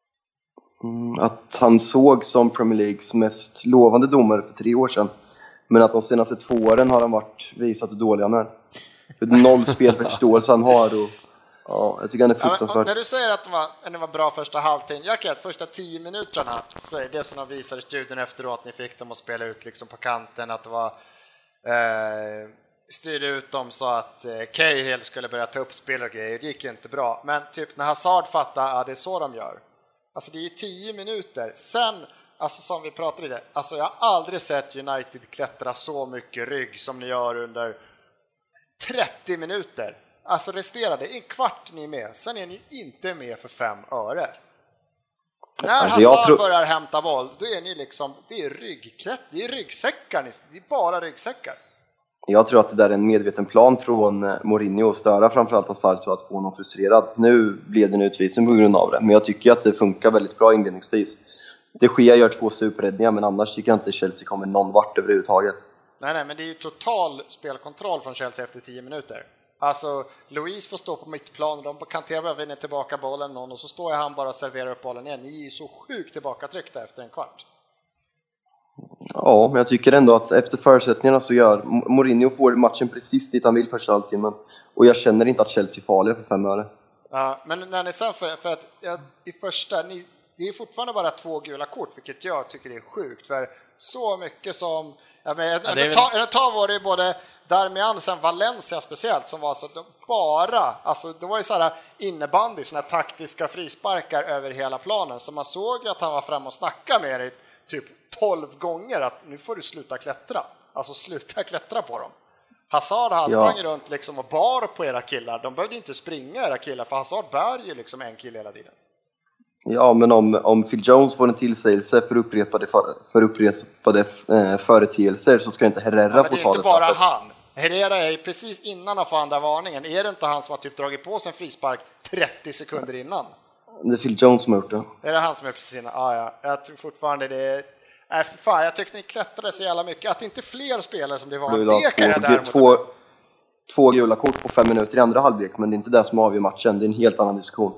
[SPEAKER 5] Mm, att han såg som Premier Leagues mest lovande domare för tre år sedan. Men att de senaste två åren har han varit visat hur dålig han är. För noll spelförståelse han har och ja, jag tycker han är
[SPEAKER 4] Ja, men,
[SPEAKER 5] fruktansvärt.
[SPEAKER 4] när du säger att det var, att det var bra första halvtimmen, jag kan att första tio minuterna så är det som de visar i studien efteråt att ni fick dem att spela ut liksom på kanten, att det var eh, styrde ut dem så att eh, Cahill skulle börja ta upp spel och grejer, det gick ju inte bra. Men typ när Hazard fattar, ja, det är så de gör. Alltså det är ju tio minuter. Sen, alltså som vi pratade i det, alltså jag har aldrig sett United klättra så mycket rygg som ni gör under trettio minuter. Alltså resterade en kvart ni är med, sen är ni inte med för fem öre. När
[SPEAKER 5] Alltså, jag
[SPEAKER 4] Hazard
[SPEAKER 5] tror-
[SPEAKER 4] börjar hämta boll, då är ni liksom, det är ryggklätt, det är ryggsäckar, ni- det är bara ryggsäckar.
[SPEAKER 5] Jag tror att det där är en medveten plan från eh, Mourinho att störa framförallt Hazard så att få honom frustrerad. Nu blev det en utvisning på grund av det, men jag tycker att det funkar väldigt bra inledningsvis. De Gea gör två superräddningar, men annars tycker jag inte Chelsea kommer någon vart överhuvudtaget.
[SPEAKER 4] Nej, nej, men det är ju total spelkontroll från Chelsea efter tio minuter. Alltså, Luis får stå på mittplan, de kan Teva vinna tillbaka bollen någon och så står han bara och serverar upp bollen igen. Ni är så sjukt tillbakatryckta efter en kvart.
[SPEAKER 5] Ja, men jag tycker ändå att efter förutsättningarna så gör Mourinho får matchen precis dit han vill första halvtimmen. Och jag känner inte att Chelsea är farliga för fem öre.
[SPEAKER 4] Ja, men när ni sa för, för att ja, i första, ni, det är fortfarande bara två gula kort, vilket jag tycker är sjukt. För så mycket som, ja, men, ja, väl... ta, ta var det både Darmian och sen Valencia speciellt som var så att de bara, alltså det var ju så här innebandy, såna här taktiska frisparkar över hela planen. Så man såg att han var fram och snackade med dig typ tolv gånger att nu får du sluta klättra. Alltså sluta klättra på dem. Hazard, han
[SPEAKER 5] ja.
[SPEAKER 4] sprang runt liksom och bar på era killar. De behövde inte springa era killar, för Hazard bär ju liksom en kille hela tiden.
[SPEAKER 5] Ja, men om, om Phil Jones får en tillsägelse för upprepade, för upprepade eh, företeelser så ska inte Herrera
[SPEAKER 4] ja,
[SPEAKER 5] få ta det.
[SPEAKER 4] Det är inte bara han. Herrera är precis innan han får andra varningen. Är det inte han som har typ dragit på sig en frispark trettio sekunder innan?
[SPEAKER 5] Det är Phil Jones som har gjort det.
[SPEAKER 4] Är det han som är precis innan? Ah, ja, jag tror fortfarande det är... Nej, för fan, jag tyckte ni klättrade så jävla mycket. Att det inte fler spelare som det var. Det kan jag däremot.
[SPEAKER 5] Två, två gula kort på fem minuter i andra halvlek, men det är inte det som avgör matchen. Det är en helt annan diskussion.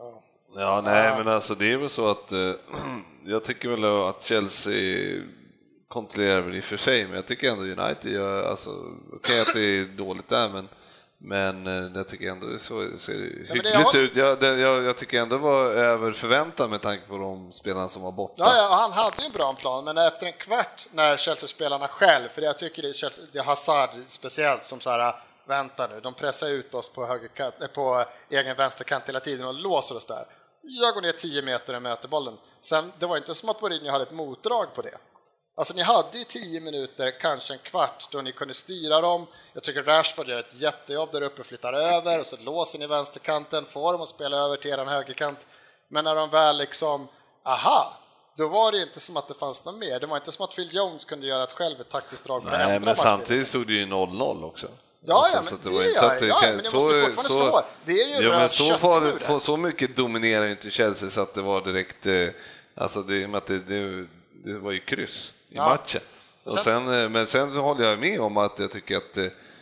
[SPEAKER 3] Ja, nej, men alltså det är väl så att eh, jag tycker väl att Chelsea kontrollerar väl i och för sig, men jag tycker ändå United gör, alltså okej okay, att det är dåligt där, men men eh, jag tycker ändå det så, ser det hyggligt ja, det ut. Jag, det, jag, jag tycker ändå var över förväntan med tanke på de spelarna som var borta.
[SPEAKER 4] Ja, ja, han hade ju en bra plan, men efter en kvart när Chelsea-spelarna själv, för jag tycker det är, Chelsea, det är Hazard speciellt som så här, vänta nu, de pressar ut oss på, högerkant, på egen vänsterkant hela tiden och låser oss där. Jag går ner tio meter och möter bollen. Sen, det var inte som att Mourinho hade ett motdrag på det. Alltså ni hade ju tio minuter, kanske en kvart, då ni kunde styra dem. Jag tycker Rashford gör ett jättejobb där uppe, flyttar över och så låser ni vänsterkanten, får dem att spela över till eran högerkant. Men när de väl liksom, aha, då var det inte som att det fanns något mer. Det var inte som att Phil Jones kunde göra ett själv ett taktiskt drag för
[SPEAKER 3] Nej, men samtidigt stod det ju noll noll också.
[SPEAKER 4] Ja, alltså, ja, men det, det, det gör det. Ja, men det måste fortfarande så, slå. Det är ju
[SPEAKER 3] ja, men så, var, så mycket dominerar inte Chelsea så att det var direkt, eh, alltså det, att det, det, det var ju kryss i ja. matchen. Och sen, sen, men sen så håller jag med om att jag tycker att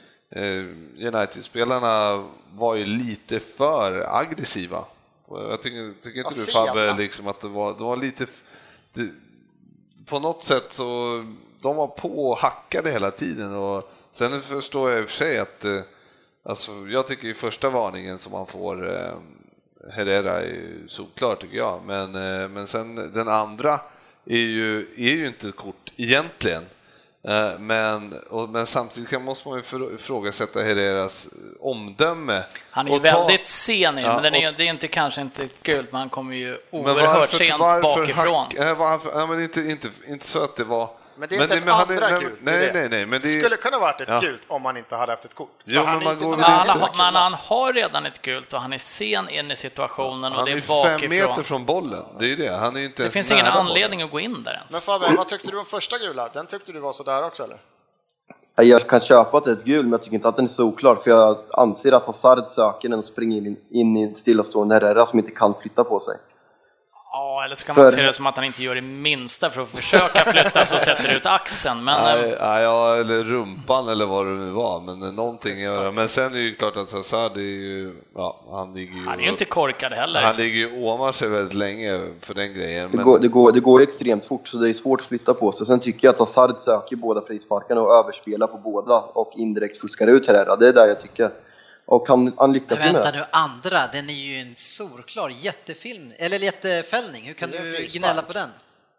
[SPEAKER 3] eh, United-spelarna var ju lite för aggressiva. Jag tycker, tycker inte ja, du Fabbe liksom att det var, det var lite det, på något sätt så de var på och hackade hela tiden. Och sen förstår jag i och för sig att alltså, jag tycker ju första varningen som man får eh, Herrera är solklar tycker jag, men, eh, men sen den andra är ju, är ju inte kort egentligen. Eh, men, och, men samtidigt måste man ju ifrågasätta Herreras omdöme.
[SPEAKER 6] Han är ju väldigt ta, sen, ja, men den är, och, det är inte, kanske inte guld, men han kommer ju oerhört varför, sent varför bakifrån. Hack,
[SPEAKER 3] äh, varför, ja, men inte, inte, inte så att det var...
[SPEAKER 4] Men det är inte men, ett men, andra han, gult.
[SPEAKER 3] Nej, nej, nej, men det
[SPEAKER 4] skulle kunna varit ett ja. gult om man inte hade haft ett kort.
[SPEAKER 3] Jo, men, man
[SPEAKER 6] inte, han, han, men han har redan ett gult och han är sen in i situationen och
[SPEAKER 3] han
[SPEAKER 6] det är,
[SPEAKER 3] är
[SPEAKER 6] bakifrån.
[SPEAKER 3] fem meter från bollen. Det är ju det. Han är inte
[SPEAKER 6] det finns ingen anledning bollen. Att gå in där ens.
[SPEAKER 4] Men Fabian, vad tyckte du om första gula? Den tyckte du var så där också eller?
[SPEAKER 5] Jag kan köpa att det är ett gul, men jag tycker inte att den är så oklar, för jag anser att Hazard söker den och springer in, in i en stillastående Herrera som inte kan flytta på sig.
[SPEAKER 6] Ja, eller så kan man för... se det som att han inte gör det minsta för att försöka flytta så sätter ut axeln. Men...
[SPEAKER 3] Nej, ja, eller rumpan eller vad det nu var, men någonting gör. Men sen är det ju klart att Hazard är ju, ja, han ligger ju...
[SPEAKER 6] Han är ju inte korkad heller.
[SPEAKER 3] Han ligger ju och åmar sig väldigt länge för den grejen.
[SPEAKER 5] Det,
[SPEAKER 3] men...
[SPEAKER 5] går, det, går, det går extremt fort, så det är svårt att flytta på sig. Sen tycker jag att Hazard söker båda frisparkarna och överspelar på båda och indirekt fuskar ut Herrera. Det är där jag tycker. Och han, han lyckas
[SPEAKER 2] men vänta
[SPEAKER 5] med.
[SPEAKER 2] nu, andra, den är ju en solklar jättefilm, eller jättefällning. Hur kan du gnälla på den?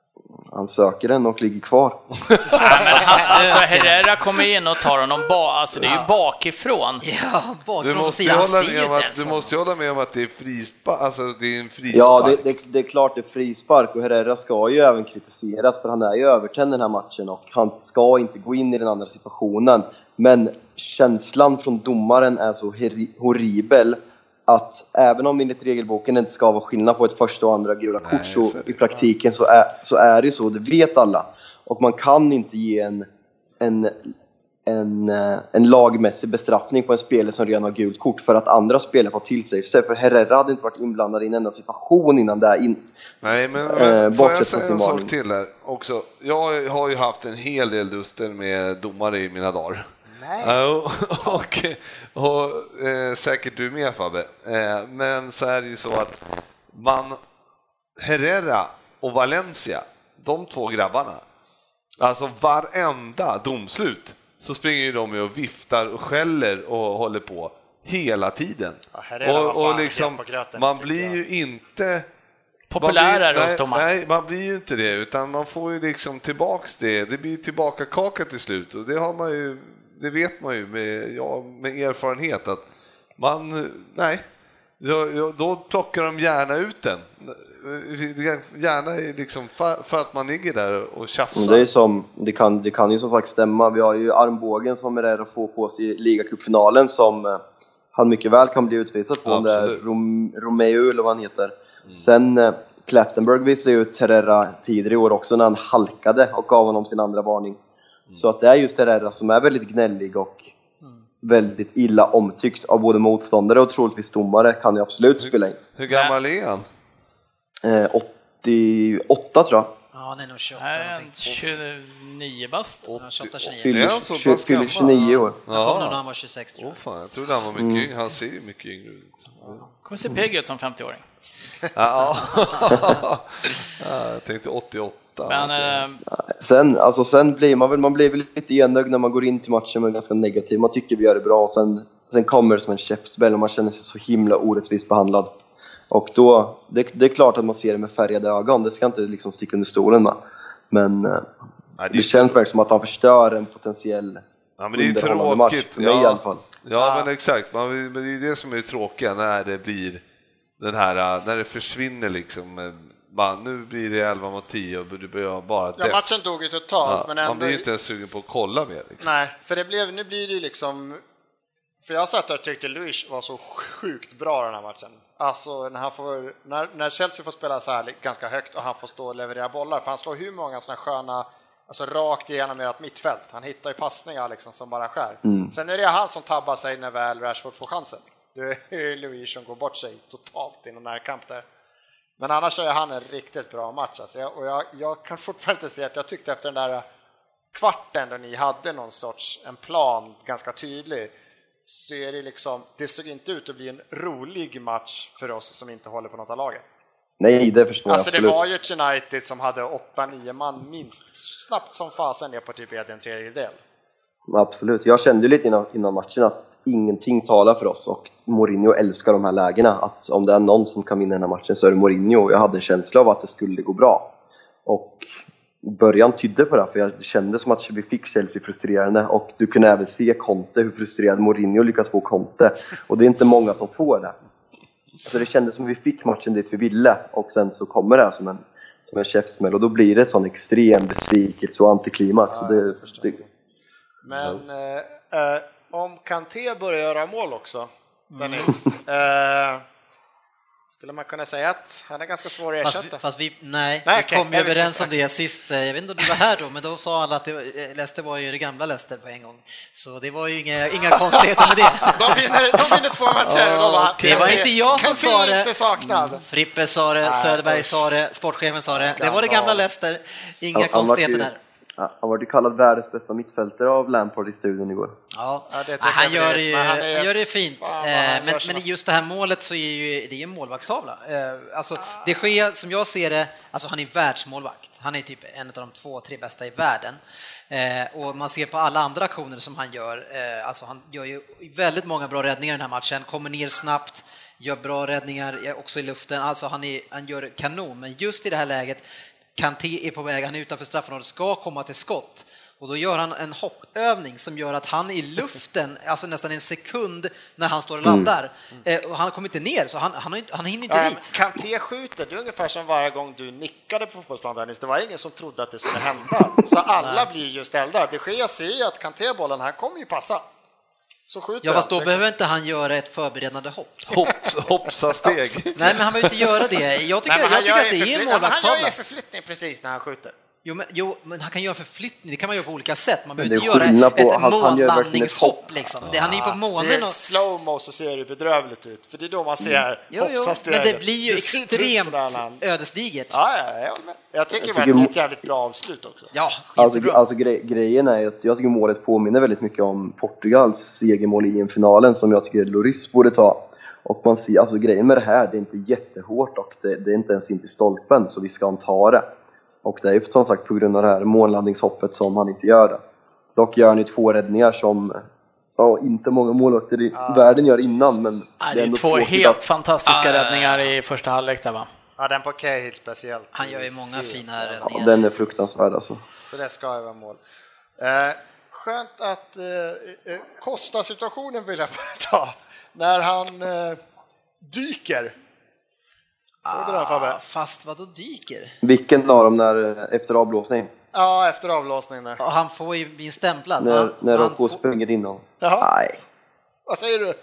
[SPEAKER 5] Han söker den och ligger kvar.
[SPEAKER 6] Ja, men han, alltså Herrera kommer in och tar honom ba, alltså det är ju bakifrån.
[SPEAKER 2] Ja, bakifrån.
[SPEAKER 3] Du måste ju hålla med om att, du måste hålla med om att det är frispark, alltså det är en frispark.
[SPEAKER 5] Ja, det, det, det är klart det är frispark, och Herrera ska ju även kritiseras för han är ju övertänd den här matchen och han ska inte gå in i den andra situationen. Men känslan från domaren är så horribel att även om enligt regelboken inte ska vara skillnad på ett första och andra gula kort, Nej, så i praktiken så är, så är det så, det vet alla. Och man kan inte ge en, en, en, en lagmässig bestraffning på en spelare som redan har gult kort för att andra spelare får till sig. För Herrera hade inte varit inblandad i en enda situation innan det här. In,
[SPEAKER 3] Nej, men, men äh, får jag säga en sak till här också? Jag har ju haft en hel del duster med domare i mina dagar.
[SPEAKER 4] Nej.
[SPEAKER 3] och, och, och eh, säkert du med, Fabbe. Eh, men så är det ju så att man Herrera och Valencia, de två grabbarna, alltså varenda domslut så springer ju de och viftar och skäller och håller på hela tiden.
[SPEAKER 4] Ja,
[SPEAKER 3] och, och liksom, gröten, man blir ju inte
[SPEAKER 6] populärare hos
[SPEAKER 3] nej, nej, man blir ju inte det, utan man får ju liksom tillbaks det. Det blir tillbaka kaka till slut, och det har man ju, det vet man ju med, ja, med erfarenhet att man, nej, då plockar de gärna ut den. Gärna liksom för, för att man ligger där och tjafsar.
[SPEAKER 5] Det är som, det kan, det kan ju som sagt stämma. Vi har ju armbågen som är där att få på sig i ligacupfinalen som han mycket väl kan bli utvisad på. Det är Rom, Romeo eller vad han heter. Mm. Sen eh, Klattenberg visade ju Herrera tidigare i år också när han halkade och gav honom sin andra varning. Mm. Så att det är just Herrera som är väldigt gnällig och mm. väldigt illa omtyckt av både motståndare och troligtvis domare, kan ju absolut
[SPEAKER 3] hur,
[SPEAKER 5] spela in.
[SPEAKER 3] Hur gammal är han?
[SPEAKER 5] Eh, åttioåtta tror jag.
[SPEAKER 2] Ja, han är nog tjugoåtta.
[SPEAKER 6] Nej, tjugonio bast.
[SPEAKER 5] Fyller tjugonio år.
[SPEAKER 2] Han kom nog när han var tjugosex, tror jag.
[SPEAKER 3] Oh, fan, jag trodde han var mycket mm. yngre. Han ser ju mycket yngre ut.
[SPEAKER 6] Ja. Kommer se pigg ut som femtio-åring.
[SPEAKER 3] Ja, jag tänkte åttioåtta.
[SPEAKER 6] Men, äh...
[SPEAKER 5] sen, alltså, sen blir man väl, man blir väl lite enögd när man går in till matchen med ganska negativ. Man tycker vi gör det bra och sen, sen kommer det som en käftsmäll och man känner sig så himla orättvist behandlad. Och då, det, det är klart att man ser det med färgade ögon. Det ska inte liksom sticka under stolen med. Men Nej, det, det känns verkligen som att han förstör en potentiell
[SPEAKER 3] ja, men det är tråkigt. Match, för mig ja. I alla fall. Ja, men exakt. Man, men det är det som är tråkiga när det blir den här, när det försvinner liksom. Man, nu blir det elva mot tio och du börjar bara
[SPEAKER 4] ja, matchen tog ju totalt.
[SPEAKER 3] Ja, men ändå... Man blir inte ens sugen på att kolla mer. Liksom.
[SPEAKER 4] Nej, för det blev, nu blir det ju liksom... För jag satt och tyckte Luis var så sjukt bra den här matchen. Alltså när, han får, när, när Chelsea får spela så här ganska högt och han får stå och leverera bollar. För han slår hur många såna sköna, alltså rakt igenom ert mittfält. Han hittar ju passningar liksom som bara skär. Mm. Sen är det han som tabbar sig när väl Rashford får chansen. Det är Luis som går bort sig totalt i någon närkamp där. Men annars är han en riktigt bra match. Alltså jag, och jag, jag kan fortfarande inte säga att jag tyckte efter den där kvarten då ni hade någon sorts en plan ganska tydlig. Så är det liksom, det såg inte ut att bli en rolig match för oss som inte håller på något av laget.
[SPEAKER 5] Nej, det förstår
[SPEAKER 4] alltså,
[SPEAKER 5] jag absolut.
[SPEAKER 4] Det var ju ett United som hade åtta nio man minst, snabbt som fasen ner på typ en tredjedel.
[SPEAKER 5] Absolut, jag kände lite innan, innan matchen att ingenting talar för oss och Mourinho älskar de här lägena. Att om det är någon som kan vinna den här matchen så är det Mourinho. Jag hade en känsla av att det skulle gå bra. Och början tydde på det, för jag kände som att vi fick Chelsea frustrerande och du kunde även se Conte, hur frustrerad Mourinho lyckas få Conte, och det är inte många som får det. Så det kändes som att vi fick matchen dit vi ville och sen så kommer det här som en, som en käftsmäll och då blir det en sån extrem besvikelse och antiklimax.
[SPEAKER 4] Ja,
[SPEAKER 5] det, det,
[SPEAKER 4] Men ja. eh, om Kanté börjar göra mål också, Dennis, mm. eh, skulle man kunna säga att han är ganska svår att ersätta?
[SPEAKER 2] Fast vi, fast vi nej, nej, vi kom ju överens om det sist. Jag vet inte om du var här då, men då sa alla att det, Leicester var ju det gamla Leicester på en gång. Så det var ju inga, inga konstigheter med det.
[SPEAKER 4] De vinner, de vinner två matcher. Oh,
[SPEAKER 2] bara, det var inte jag som sa det.
[SPEAKER 4] Inte saknad.
[SPEAKER 2] Frippe sa det, Söderberg sa det, sportchefen sa det. Det var det gamla Leicester. Inga ja, konstigheter där.
[SPEAKER 5] Han var ju kallad världens bästa mittfältare av Lampard i studion igår.
[SPEAKER 2] Ja, ja det han, gör det, ju, han, han gör det fint. Fan, men, men just det här målet så är ju, det är en målvaktstavla. Alltså, ah. det sker, som jag ser det, alltså han är världsmålvakt. Han är typ en av de två, tre bästa i världen. Och man ser på alla andra aktioner som han gör. Alltså han gör ju väldigt många bra räddningar i den här matchen. Kommer ner snabbt, gör bra räddningar också i luften. Alltså han, är, han gör kanon. Men just i det här läget, Kanté är på väg, han är utanför straffområdet, ska komma till skott. Och då gör han en hoppövning som gör att han är i luften, alltså nästan en sekund när han står och laddar. Mm. Eh, och han kommer inte ner, så han, han, han hinner inte
[SPEAKER 4] ja,
[SPEAKER 2] dit.
[SPEAKER 4] Kanté skjuter, det är ungefär som varje gång du nickade på fotbollsplanen, Dennis. Det var ingen som trodde att det skulle hända. Så alla Nej. blir ju ställda. Det sker, jag ser att Kanté-bollen här kommer ju passa. Så skjuter
[SPEAKER 2] ja, fast då behöver inte han göra ett förberedande hopp.
[SPEAKER 3] Hopp, hoppsa steg.
[SPEAKER 2] Nej, men han behöver inte göra det. Jag tycker,
[SPEAKER 4] Nej,
[SPEAKER 2] jag tycker att det är en målvaktstavla.
[SPEAKER 4] Han gör ju förflyttning precis när han skjuter.
[SPEAKER 2] Jo men, jo, men han kan göra förflyttning, det kan man göra på olika sätt. Man behöver
[SPEAKER 5] inte
[SPEAKER 2] göra
[SPEAKER 5] på,
[SPEAKER 2] ett
[SPEAKER 5] han,
[SPEAKER 2] månlandningshopp liksom. Det, han är ju på månen.
[SPEAKER 4] Det är
[SPEAKER 2] och...
[SPEAKER 4] slow-mo så ser det bedrövligt ut, för det är då man ser mm.
[SPEAKER 2] jo, jo. Men det blir ju det extremt ödesdigert.
[SPEAKER 4] Ja, ja, jag, jag tycker jag att det är ett jävligt bra avslut också.
[SPEAKER 2] Ja,
[SPEAKER 5] alltså, alltså gre- grejen är att jag tycker målet påminner väldigt mycket om Portugals segermål i finalen som jag tycker Lloris borde ta. Och man ser, alltså grejen med det här, det är inte jättehårt och det, det är inte ens in till stolpen, så vi ska han ta det. Och det är ju som sagt på grund av det här månlandningshoppet som han inte gör det. Dock gör han ju två räddningar som ja, inte många målvakter i ah, världen gör innan. Men
[SPEAKER 6] ja, det är, det är två helt att... fantastiska ah, räddningar i första halvlek där, va?
[SPEAKER 4] Ja, den på Cahill speciellt.
[SPEAKER 2] Han gör ju många fina räddningar.
[SPEAKER 5] Ja, den är fruktansvärd alltså.
[SPEAKER 4] Så det ska ju vara mål. Eh, skönt att eh, eh, Costa-situationen vill jag ta. När han eh, dyker. Så det där, Fabbe.
[SPEAKER 2] Fast vad då dyker?
[SPEAKER 5] Vilken av dem när, efter avblåsning?
[SPEAKER 4] Ja, efter avblåsning där.
[SPEAKER 2] Och han får ju bli stämplad.
[SPEAKER 5] När,
[SPEAKER 2] han,
[SPEAKER 5] när
[SPEAKER 2] han
[SPEAKER 5] Rocco
[SPEAKER 2] får...
[SPEAKER 5] springer in honom.
[SPEAKER 4] Jaha.
[SPEAKER 5] Nej.
[SPEAKER 4] Vad säger du?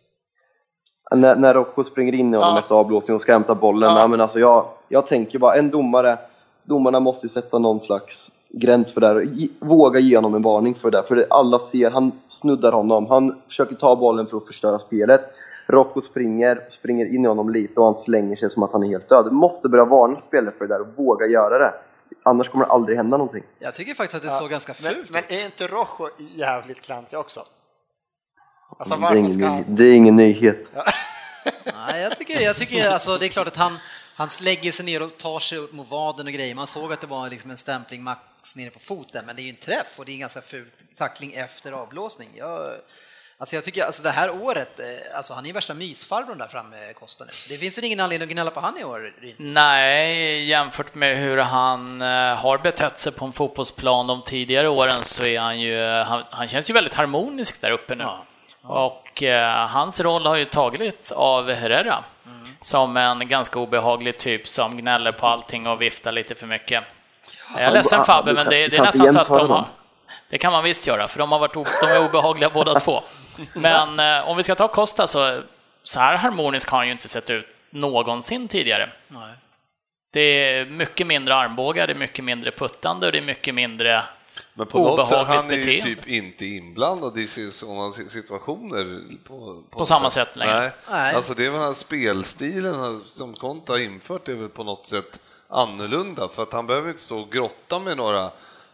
[SPEAKER 5] När, när Rocco springer in i honom ja. efter avblåsning och ska hämta bollen. Ja. Nej, men alltså jag, jag tänker bara, en domare, domarna måste sätta någon slags gräns för det här. Våga ge honom en varning för det. För det, alla ser, han snuddar honom. Han försöker ta bollen för att förstöra spelet. Rocco springer, springer in i honom lite och han slänger sig som att han är helt död. Du måste börja varna spelare för det där och våga göra det. Annars kommer det aldrig hända någonting.
[SPEAKER 2] Jag tycker faktiskt att det ja. såg ganska fult.
[SPEAKER 4] Men, men är inte Rojo jävligt klantig också?
[SPEAKER 5] Alltså, det, är ingen, han... det är ingen nyhet.
[SPEAKER 2] Ja. Nej, jag tycker, jag tycker alltså, det är klart att han, han lägger sig ner och tar sig upp mot vaden och grejer. Man såg att det var liksom en stämpling max nere på foten, men det är ju en träff och det är en ganska ful tackling efter avblåsning. Jag... Alltså jag tycker, alltså det här året, alltså han är ju värsta mysfarbrorn där framme, Costa nu. Så det finns väl ingen anledning att gnälla på han i år?
[SPEAKER 6] Nej, jämfört med hur han har betett sig på en fotbollsplan de tidigare åren så är han ju, han, han känns ju väldigt harmonisk där uppe nu. Ja. Ja. Och eh, hans roll har ju tagit av Herrera mm. som en ganska obehaglig typ som gnäller på allting och viftar lite för mycket. Jag är ledsen Fabbe, men det, det är nästan så att de har... Det kan man visst göra, för de har varit de är obehagliga båda två. Men eh, om vi ska ta Costa så så här harmonisk har han ju inte sett ut någonsin tidigare. Nej. Det är mycket mindre armbågar, det är mycket mindre puttande och det är mycket mindre
[SPEAKER 3] men på något sätt, han är ju typ inte inblandad i sådana situationer på, på,
[SPEAKER 6] på samma sätt, sätt längre.
[SPEAKER 3] Nej. Nej. Alltså det är väl den här spelstilen som Conte har infört är väl på något sätt annorlunda, för att han behöver inte stå och grotta med några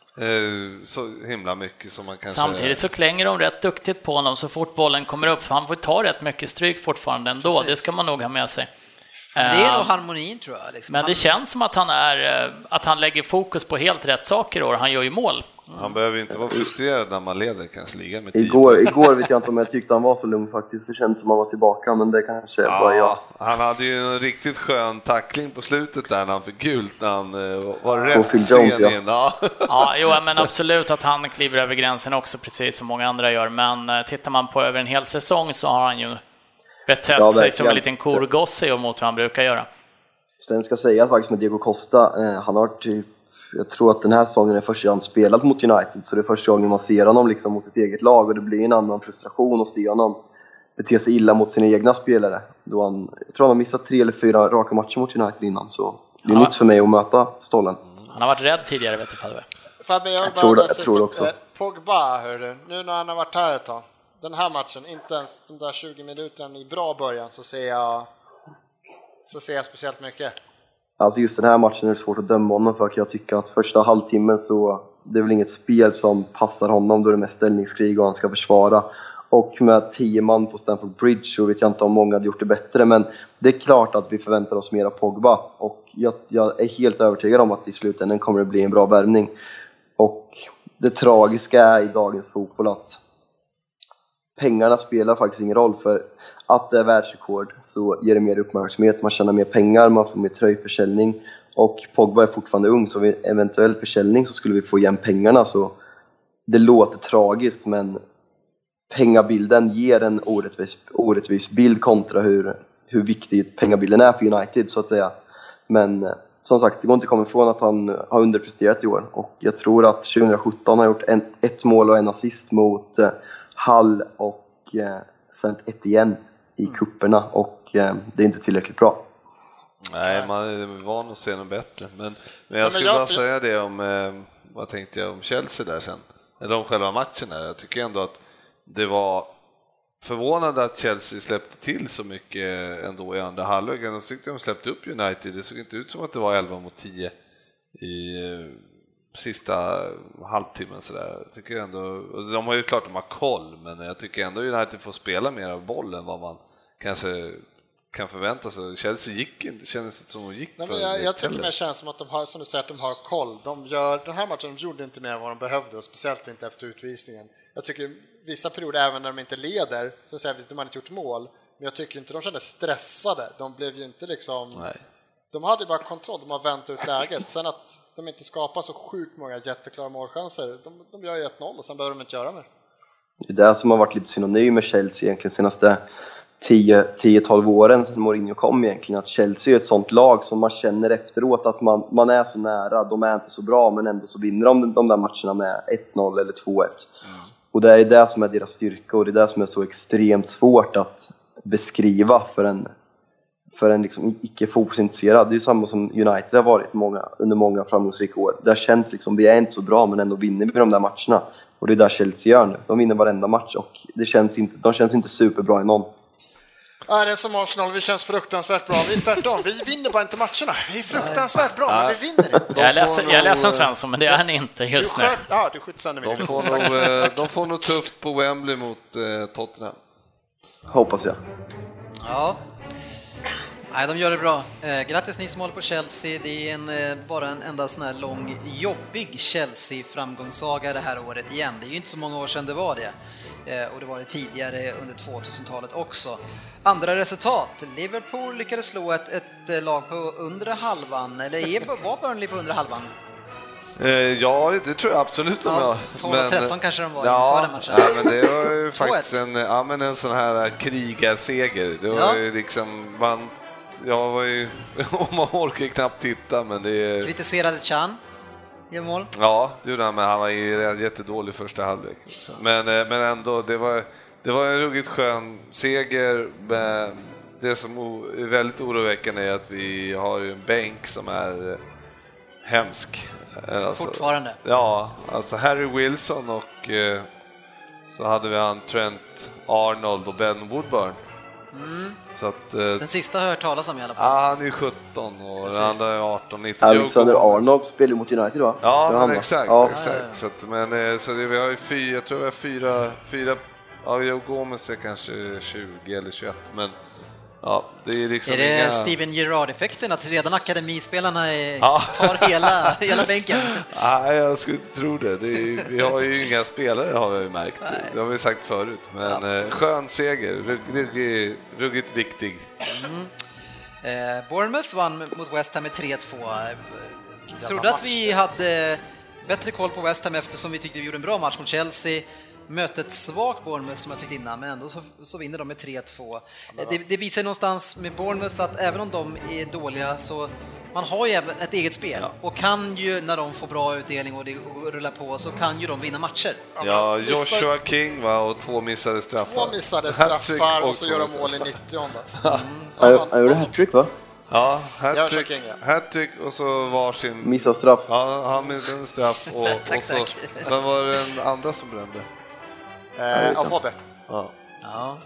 [SPEAKER 3] så himla mycket som man kan
[SPEAKER 6] samtidigt säga. Så klänger de rätt duktigt på honom så fort bollen kommer upp, för han får ta rätt mycket stryk fortfarande ändå. Precis. Det ska man nog ha med sig.
[SPEAKER 2] Det är nog harmonin tror jag liksom.
[SPEAKER 6] Men det känns som att han är att han lägger fokus på helt rätt saker och han gör ju mål.
[SPEAKER 3] Mm. Han behöver inte vara frustrerad när man leder kanske liga med tio.
[SPEAKER 5] Igår, igår vet jag inte om jag tyckte han var så lugn faktiskt. Det känns som att han var tillbaka, men det kanske ja, bara jag.
[SPEAKER 3] Han hade ju en riktigt skön tackling på slutet där när han fick gult när han var rätt Phil Jones, ja.
[SPEAKER 6] ja. ja, jo, men absolut att han kliver över gränsen också, precis som många andra gör. Men tittar man på över en hel säsong så har han ju betett ja, sig som en liten korgosse mot vad han brukar göra.
[SPEAKER 5] Sen ska sägas faktiskt med Diego Costa, eh, han har typ jag tror att den här säsongen är första gången han spelat mot United, så det är första gången man ser honom liksom mot sitt eget lag och det blir en annan frustration att se honom bete sig illa mot sina egna spelare. Då han, jag tror han har missat tre eller fyra raka matcher mot United innan, så det är ja. nytt för mig att möta Stollen.
[SPEAKER 6] Han har varit rädd tidigare, vet du Fabbe.
[SPEAKER 4] Fabbe, jag,
[SPEAKER 5] jag tror det, jag tror det också.
[SPEAKER 4] Pogba, hör du, nu när han har varit här ett tag, den här matchen, inte ens de där tjugo minuterna i bra början så ser jag så ser jag speciellt mycket.
[SPEAKER 5] Alltså just den här matchen är det svårt att döma honom för, att jag tycker att första halvtimmen så det är väl inget spel som passar honom, då är det mest ställningskrig och han ska försvara. Och med tio man på Stamford Bridge så vet jag inte om många hade gjort det bättre, men det är klart att vi förväntar oss mer av Pogba och jag, jag är helt övertygad om att i slutändan kommer det bli en bra värvning. Och det tragiska är i dagens fotboll att pengarna spelar faktiskt ingen roll, för att det är världsrekord så ger det mer uppmärksamhet, man tjänar mer pengar, man får mer tröjförsäljning och Pogba är fortfarande ung, så vid eventuell försäljning så skulle vi få igen pengarna. Så det låter tragiskt, men pengabilden ger en orättvis, orättvis bild kontra hur, hur viktigt pengabilden är för United så att säga. Men som sagt, det går inte komma ifrån att han har underpresterat i år och jag tror att tjugohundrasjutton har gjort en, ett mål och en assist mot eh, Hull och eh, sen ett igen i kupperna och eh, det är inte tillräckligt bra.
[SPEAKER 3] Nej, man är van att se något bättre. Men, men jag skulle
[SPEAKER 4] jag,
[SPEAKER 3] bara säga det om, eh, vad tänkte jag om Chelsea där sen? Eller om själva matchen där. Jag tycker ändå att det var förvånande att Chelsea släppte till så mycket ändå i andra halvlek. Jag tyckte de släppte upp United. Det såg inte ut som att det var elva mot tio i eh, sista halvtimmen. Så där. Jag tycker ändå, de har ju klart de har koll, men jag tycker ändå United får spela mer av bollen vad man kanske kan förvänta sig. Chelsea gick inte, kändes det som de gick.
[SPEAKER 4] Nej, men jag, jag tycker det känns som att de har, som du säger, att de har koll. De gör, den här matchen de gjorde inte mer än vad de behövde, och speciellt inte efter utvisningen. Jag tycker vissa perioder, även när de inte leder, så säger vi att de inte gjort mål, men jag tycker inte de kände stressade. De blev ju inte liksom... Nej. De hade bara kontroll, de har vänt ut läget. Sen att de inte skapar så sjukt många jätteklara målchanser. De, de gör ju ett noll och sen behöver de inte göra mer.
[SPEAKER 5] Det är det som har varit lite synonym med Chelsea egentligen senaste tio tolv åren sedan Mourinho kom egentligen. Att Chelsea är ett sånt lag som man känner efteråt att man, man är så nära. De är inte så bra, men ändå så vinner de de där matcherna med ett noll eller två ett. Mm. Och det är det som är deras styrka, och det är det som är så extremt svårt att beskriva för en för en liksom icke fotbollsintresserad. Det är ju samma som United har varit många, under många framgångsrika år. Där känns liksom, vi är inte så bra, men ändå vinner vi de där matcherna. Och det är där Chelsea gör nu. De vinner varenda match, och det känns inte, de känns inte superbra i någon.
[SPEAKER 4] Ja, det är som Arsenal, vi känns fruktansvärt bra. Vi är tvärtom, vi vinner bara inte matcherna. Vi är fruktansvärt bra, men vi vinner inte.
[SPEAKER 6] Jag är ledsen, jag är ledsen Svensson, men det är ni inte just nu.
[SPEAKER 4] Ja, du skjuter sönder mig.
[SPEAKER 3] De får nog, de får nog tufft på Wembley mot eh, Tottenham.
[SPEAKER 5] Hoppas jag.
[SPEAKER 2] Ja. Nej, de gör det bra. Eh, grattis ni som håller på Chelsea. Det är en, eh, bara en enda sån här lång, jobbig Chelsea-framgångssaga det här året igen. Det är ju inte så många år sedan det var det. Eh, och det var det tidigare under tvåtusentalet också. Andra resultat. Liverpool lyckades slå ett, ett lag på undre halvan. Eller är, var Burnley på undre halvan?
[SPEAKER 3] Eh, ja, det tror jag absolut.
[SPEAKER 2] Ja, tolv tretton kanske de var
[SPEAKER 3] ja,
[SPEAKER 2] inför den matchen.
[SPEAKER 3] Ja, men det var ju faktiskt en, ja, men en sån här krigarseger. Det var ja. ju liksom... Man, jag var ju... man orkar knappt titta, men det är...
[SPEAKER 2] Kritiserade Chan. Gör mål.
[SPEAKER 3] Ja, det gjorde han, men han var ju jättedålig första halvlek. Men, men ändå, det var, det var en ruggigt skön seger. Men det som är väldigt oroväckande är att vi har en bänk som är hemsk. Alltså,
[SPEAKER 2] fortfarande.
[SPEAKER 3] Ja, alltså Harry Wilson och eh, så hade vi han Trent Arnold och Ben Woodburn. Mm. Så att, eh,
[SPEAKER 2] den sista har jag hört talas om i alla fall.
[SPEAKER 3] Ja, han är sjutton och den andra är arton nitton.
[SPEAKER 5] Alexander Arnold spelar mot United, va?
[SPEAKER 3] Ja, men exakt, ja. exakt. Ja, ja. Så, att, men, så det, vi har ju fyra, jag tror vi har fyra, fyra ja, Joe Gomez är kanske tjugo eller tjugoett, men ja, det är liksom
[SPEAKER 2] är det
[SPEAKER 3] inga...
[SPEAKER 2] Steven Gerrard-effekten att redan akademispelarna är, ja. tar hela, hela bänken?
[SPEAKER 3] Nej, jag skulle inte tro det. det är, vi har ju inga spelare, har vi ju märkt. Nej. Det har vi sagt förut. Men ja. skön seger, ruggigt, ruggigt viktig.
[SPEAKER 2] Mm. Eh, Bournemouth vann mot West Ham med tre två. Jag trodde att vi hade bättre koll på West Ham eftersom vi tyckte vi gjorde en bra match mot Chelsea. Mötet svagt Bournemouth som jag tyckte innan, men ändå så, så vinner de med tre två. Det, det visar någonstans med Bournemouth att även om de är dåliga så man har ju ett eget spel ja. och kan ju när de får bra utdelning och det rullar på så kan ju de vinna matcher.
[SPEAKER 3] Ja, Joshua King va, och två missade straffar.
[SPEAKER 4] Två missade straffar och, och så gör de mål i nittio.
[SPEAKER 5] Ja, han gjorde hattrick va?
[SPEAKER 3] Ja, hattrick, hattrick och så var sin...
[SPEAKER 5] Missa straff.
[SPEAKER 3] Ja, han missade en straff och, tack, och så... Tack. Men var det den andra som brände?
[SPEAKER 4] Eh, ja, Fodde.
[SPEAKER 3] Ja.
[SPEAKER 2] Ja.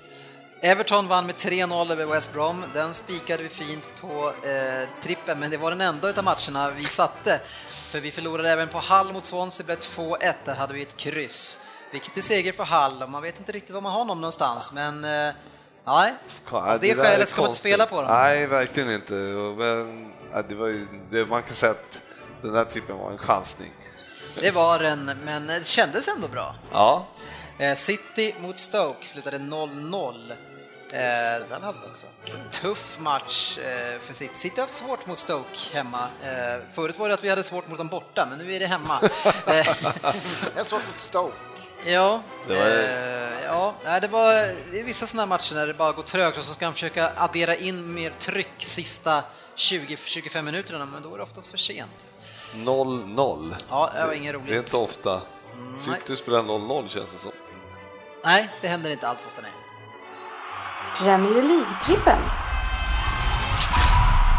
[SPEAKER 2] Everton vann med tre noll över West Brom. Den spikade vi fint på eh, trippen, men det var den enda av matcherna vi satte. För vi förlorade även på Hull mot Swansea, blev två ett. Där hade vi ett kryss. Viktig seger för Hull och man vet inte riktigt var man har dem någonstans, men... Eh, nej, av det, det skälet ska man inte spela på dem.
[SPEAKER 3] Nej, verkligen inte. Men, det var ju, det, man kan säga att den där trippen var en chansning.
[SPEAKER 2] Det var den, men det kändes ändå bra.
[SPEAKER 3] Ja.
[SPEAKER 2] City mot Stoke slutade noll noll.
[SPEAKER 4] Just, den hade också.
[SPEAKER 2] Tuff match för City. City har haft svårt mot Stoke hemma. Förut var det att vi hade svårt mot dem borta, men nu är det hemma.
[SPEAKER 4] Det är svårt mot Stoke.
[SPEAKER 2] Ja, det var, eh, ja, det var det är vissa sådana matcher när det bara går trögt och så ska man försöka addera in mer tryck sista tjugo till tjugofem minuterna, men då är det oftast för sent.
[SPEAKER 3] noll noll.
[SPEAKER 2] Ja, det var inget roligt.
[SPEAKER 3] Det är inte ofta. Mm, City spelar noll noll känns det som.
[SPEAKER 2] Nej, det händer inte allt för ofta, nej.
[SPEAKER 1] Premier League-trippen.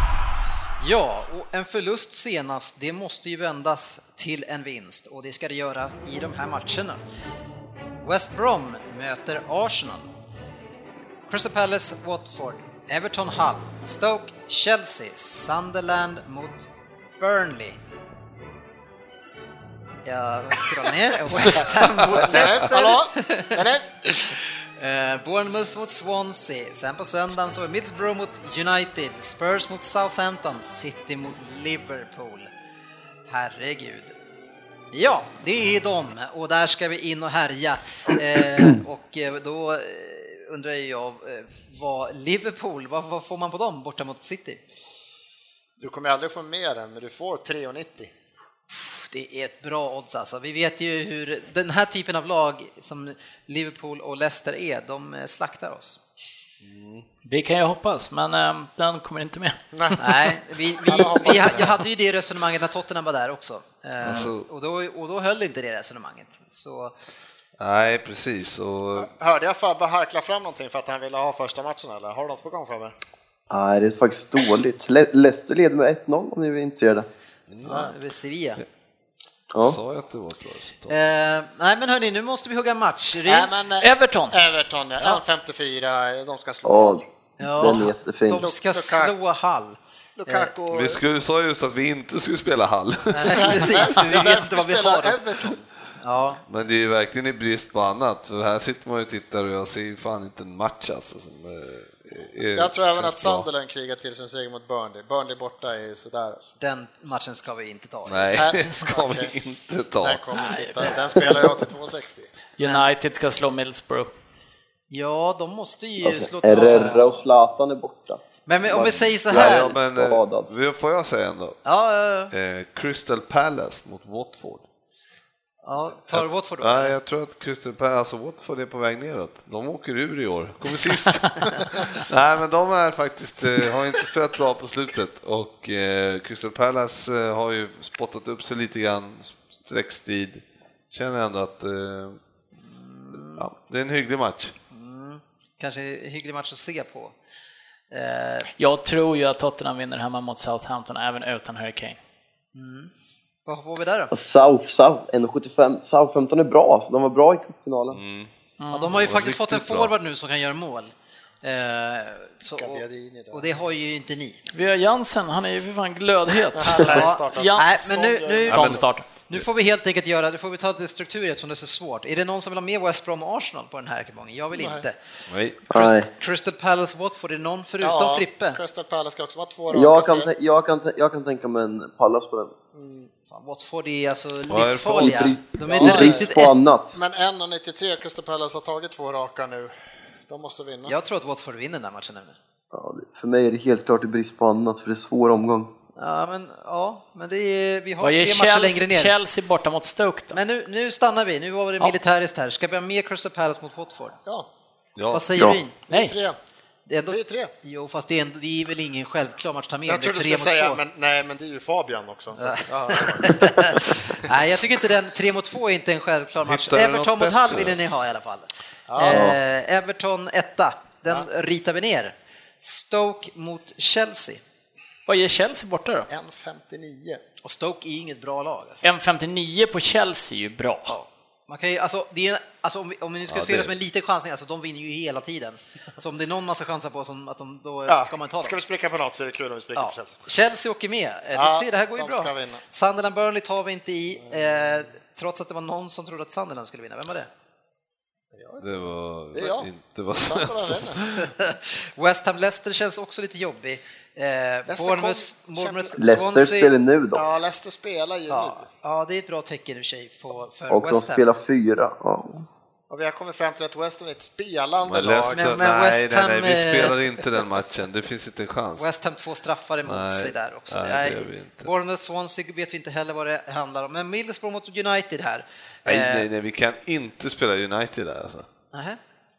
[SPEAKER 2] Ja, och en förlust senast, det måste ju vändas till en vinst och det ska det göra i de här matcherna. West Brom möter Arsenal. Crystal Palace, Watford, Everton, Hull, Stoke, Chelsea, Sunderland mot Burnley. Jag scrollar ner. West Ham mot Leicester. uh, Bournemouth mot Swansea. Sen på söndagen så är Middlesbrough mot United, Spurs mot Southampton, City mot Liverpool. Herregud. Ja, det är de och där ska vi in och härja. Uh, och då uh, undrar jag uh, vad Liverpool, vad, vad får man på dem borta mot City?
[SPEAKER 4] Du kommer aldrig få mer än, men du får tre nittio.
[SPEAKER 2] Det är ett bra odds alltså. Vi vet ju hur den här typen av lag som Liverpool och Leicester är, de slaktar oss.
[SPEAKER 6] Mm. Vi kan ju hoppas, men äh, den kommer inte med.
[SPEAKER 2] Nej, Nej vi, vi, vi, jag hade ju det resonemanget när Tottenham var där också. Uh, alltså, och, då, och då höll inte det resonemanget. Så...
[SPEAKER 3] Nej, precis. Och...
[SPEAKER 4] Hörde jag Fabbe harkla fram någonting för att han ville ha första matchen, eller har du något på gång Fabbe?
[SPEAKER 5] Nej, det är faktiskt dåligt. Le- Leicester leder med ett noll om ni vill inte göra det.
[SPEAKER 2] Så, över Sevilla.
[SPEAKER 5] Ja.
[SPEAKER 3] Sa jag att det var ett bra resultat?
[SPEAKER 2] Eh, nej men hörni, nu måste vi hugga match.
[SPEAKER 4] Nej, men, eh,
[SPEAKER 6] Everton.
[SPEAKER 4] Everton, ja. en femtiofyra, de ska slå.
[SPEAKER 5] Ja,
[SPEAKER 2] ja,
[SPEAKER 5] den är jättefin.
[SPEAKER 2] De ska slå Hull.
[SPEAKER 4] Lukaku.
[SPEAKER 3] Vi skulle, sa just att vi inte skulle spela Hull.
[SPEAKER 2] Nej, precis, vi vet inte vad vi har.
[SPEAKER 4] Everton.
[SPEAKER 2] Ja.
[SPEAKER 3] Men det är ju verkligen i brist på annat. För här sitter man ju och tittar och jag ser fan inte en match alltså, som är,
[SPEAKER 4] jag tror även att Sunderland krigar till sin seger mot Burnley. Burnley borta är sådär. Alltså.
[SPEAKER 2] Den matchen ska vi inte ta.
[SPEAKER 3] Nej, det ska okay. vi inte ta.
[SPEAKER 4] Den, kommer sitta. Den spelar jag till två sextio.
[SPEAKER 6] United ska slå Middlesbrough.
[SPEAKER 2] Ja, de måste ju
[SPEAKER 5] alltså,
[SPEAKER 2] slå
[SPEAKER 5] Herrera och Zlatan är borta.
[SPEAKER 2] Men, men om vi säger så här.
[SPEAKER 3] Ja, men, eh, får jag säga ändå?
[SPEAKER 2] Ja, ja, ja.
[SPEAKER 3] Eh, Crystal Palace mot Watford.
[SPEAKER 2] Ja, tar Watford då?
[SPEAKER 3] Nej, jag tror att Crystal Palace, alltså Watford är på väg neråt. De åker ur i år, kommer sist. Nej, men de är faktiskt, eh, har inte spelat bra på slutet. Och eh, Crystal Palace eh, har ju spottat upp sig lite grann, sträckstrid. Känner ändå att eh, ja, det är en hygglig match.
[SPEAKER 2] Mm, kanske en hygglig match att se på. Eh.
[SPEAKER 6] Jag tror ju att Tottenham vinner hemma mot Southampton även utan Harry Kane.
[SPEAKER 2] Mm. Vad får vi där då?
[SPEAKER 5] South, South, en sjuttiofem. Southampton är bra, så de var bra i cupfinalen.
[SPEAKER 3] Mm.
[SPEAKER 2] Ja, de har ju faktiskt fått en forward
[SPEAKER 3] bra.
[SPEAKER 2] nu som kan göra mål. Eh, så, och, och det har ju inte ni.
[SPEAKER 6] Vi har Jansen, han är ju för fan glödhet.
[SPEAKER 2] Ja, ja, nej, men nu, nu,
[SPEAKER 6] Sån start.
[SPEAKER 2] Nu får vi helt enkelt göra, det får vi ta lite struktur eftersom det är så svårt. Är det någon som vill ha med West Brom och Arsenal på den här kupongen? Jag vill
[SPEAKER 4] Nej.
[SPEAKER 2] inte.
[SPEAKER 3] Nej.
[SPEAKER 2] Crystal, Crystal Palace, Watford, är det någon förutom
[SPEAKER 4] ja,
[SPEAKER 2] Frippe?
[SPEAKER 4] Crystal Palace ska också vara två raka.
[SPEAKER 5] Jag kan, jag, kan, jag kan tänka mig en Palace på den.
[SPEAKER 4] Mm.
[SPEAKER 2] Fan, Watford är alltså
[SPEAKER 3] är
[SPEAKER 2] livsfarliga.
[SPEAKER 5] det
[SPEAKER 2] De är
[SPEAKER 4] Ja,
[SPEAKER 2] inte
[SPEAKER 4] det är
[SPEAKER 2] riktigt
[SPEAKER 5] på
[SPEAKER 2] ett...
[SPEAKER 5] annat.
[SPEAKER 4] Men en nittiotre Crystal Palace har tagit två raka nu. De måste vinna.
[SPEAKER 2] Jag tror att Watford vinner den här matchen nu.
[SPEAKER 5] Ja, det- för mig är det helt klart i brist på annat, för det är svår omgång.
[SPEAKER 2] Ja, men, ja, men det är, vi har
[SPEAKER 6] Vad är
[SPEAKER 2] fler matcher längre
[SPEAKER 6] Chelsea,
[SPEAKER 2] ner.
[SPEAKER 6] Chelsea borta mot Stoke då?
[SPEAKER 2] Men nu, nu stannar vi, nu var det
[SPEAKER 6] Ja.
[SPEAKER 2] militäriskt här. Ska vi ha med Crystal Palace mot Watford?
[SPEAKER 4] Ja,
[SPEAKER 3] Ja.
[SPEAKER 2] Vad säger
[SPEAKER 5] Ja.
[SPEAKER 2] du?
[SPEAKER 6] Nej.
[SPEAKER 4] tre.
[SPEAKER 2] Det är ändå...
[SPEAKER 4] Vi är tre.
[SPEAKER 2] Jo, fast det är, ändå, det är väl ingen självklar match att ta med.
[SPEAKER 4] Jag
[SPEAKER 2] Det är
[SPEAKER 4] trodde du
[SPEAKER 2] tre
[SPEAKER 4] skulle
[SPEAKER 2] mot
[SPEAKER 4] säga,
[SPEAKER 2] två.
[SPEAKER 4] men nej, men det är ju Fabian också. Så. Ja.
[SPEAKER 2] Nej, jag tycker inte den tre mot två är inte en självklar match.
[SPEAKER 3] Hittar du
[SPEAKER 2] Everton
[SPEAKER 3] något
[SPEAKER 2] mot Hull
[SPEAKER 3] bättre?
[SPEAKER 2] ville ni ha i alla fall.
[SPEAKER 4] Ja.
[SPEAKER 2] Eh, Everton etta, den
[SPEAKER 4] Ja.
[SPEAKER 2] ritar vi ner. Stoke mot Chelsea.
[SPEAKER 6] Vad ger Chelsea borta då?
[SPEAKER 4] en femtionio.
[SPEAKER 2] Och Stoke är ju inget bra lag. Alltså.
[SPEAKER 6] en femtionio på Chelsea är ju bra.
[SPEAKER 2] Ja. Man kan ju, alltså, det är, alltså, om, vi, om vi nu ska
[SPEAKER 3] Ja,
[SPEAKER 2] se
[SPEAKER 3] det-
[SPEAKER 2] det som en liten chansning, alltså, de vinner ju hela tiden. Så om det är någon man ska chansa på, som, att de, då
[SPEAKER 4] Ja.
[SPEAKER 2] ska man ta dem.
[SPEAKER 4] Ska vi spricka på något så är det kul om vi spricker
[SPEAKER 2] Ja.
[SPEAKER 4] på Chelsea.
[SPEAKER 2] Chelsea åker med. Eh,
[SPEAKER 4] Ja,
[SPEAKER 2] du ser, det här går ju
[SPEAKER 4] de
[SPEAKER 2] bra.
[SPEAKER 4] ska vinna.
[SPEAKER 2] Sunderland Burnley tar vi inte i, eh, trots att det var någon som trodde att Sunderland skulle vinna. Vem var det?
[SPEAKER 3] Det var
[SPEAKER 4] Det är jag.
[SPEAKER 3] inte vad
[SPEAKER 4] Sunderland
[SPEAKER 3] som...
[SPEAKER 4] vinner.
[SPEAKER 2] West Ham Leicester känns också lite jobbig. Eh, Bournemouth,
[SPEAKER 4] kom-
[SPEAKER 2] Bournemouth
[SPEAKER 5] Leicester
[SPEAKER 2] Swansea.
[SPEAKER 5] spelar nu då.
[SPEAKER 4] Ja, Leicester spelar ju
[SPEAKER 2] Ja,
[SPEAKER 4] nu.
[SPEAKER 2] ja, det är ett bra tecken i och för sig på, för
[SPEAKER 5] Och de
[SPEAKER 2] West Ham.
[SPEAKER 5] spelar fyra. Ja.
[SPEAKER 4] Och vi har kommit fram till att West Ham är ett spelande
[SPEAKER 3] Men
[SPEAKER 4] lag.
[SPEAKER 3] Leicester,
[SPEAKER 2] Men- men
[SPEAKER 3] nej,
[SPEAKER 2] West
[SPEAKER 3] nej,
[SPEAKER 2] Ham,
[SPEAKER 3] nej, vi
[SPEAKER 2] eh,
[SPEAKER 3] spelar inte den matchen. Det finns inte en chans.
[SPEAKER 2] West Ham två straffar emot
[SPEAKER 3] Nej,
[SPEAKER 2] sig där också.
[SPEAKER 3] nej,
[SPEAKER 2] Nej,
[SPEAKER 3] det gör vi inte.
[SPEAKER 2] Bournemouth Swansea vet vi inte heller vad det handlar om. Men Middlesbrough mot United här.
[SPEAKER 3] Nej,
[SPEAKER 2] Eh,
[SPEAKER 3] nej, nej, vi kan inte spela United där alltså.
[SPEAKER 2] nähä.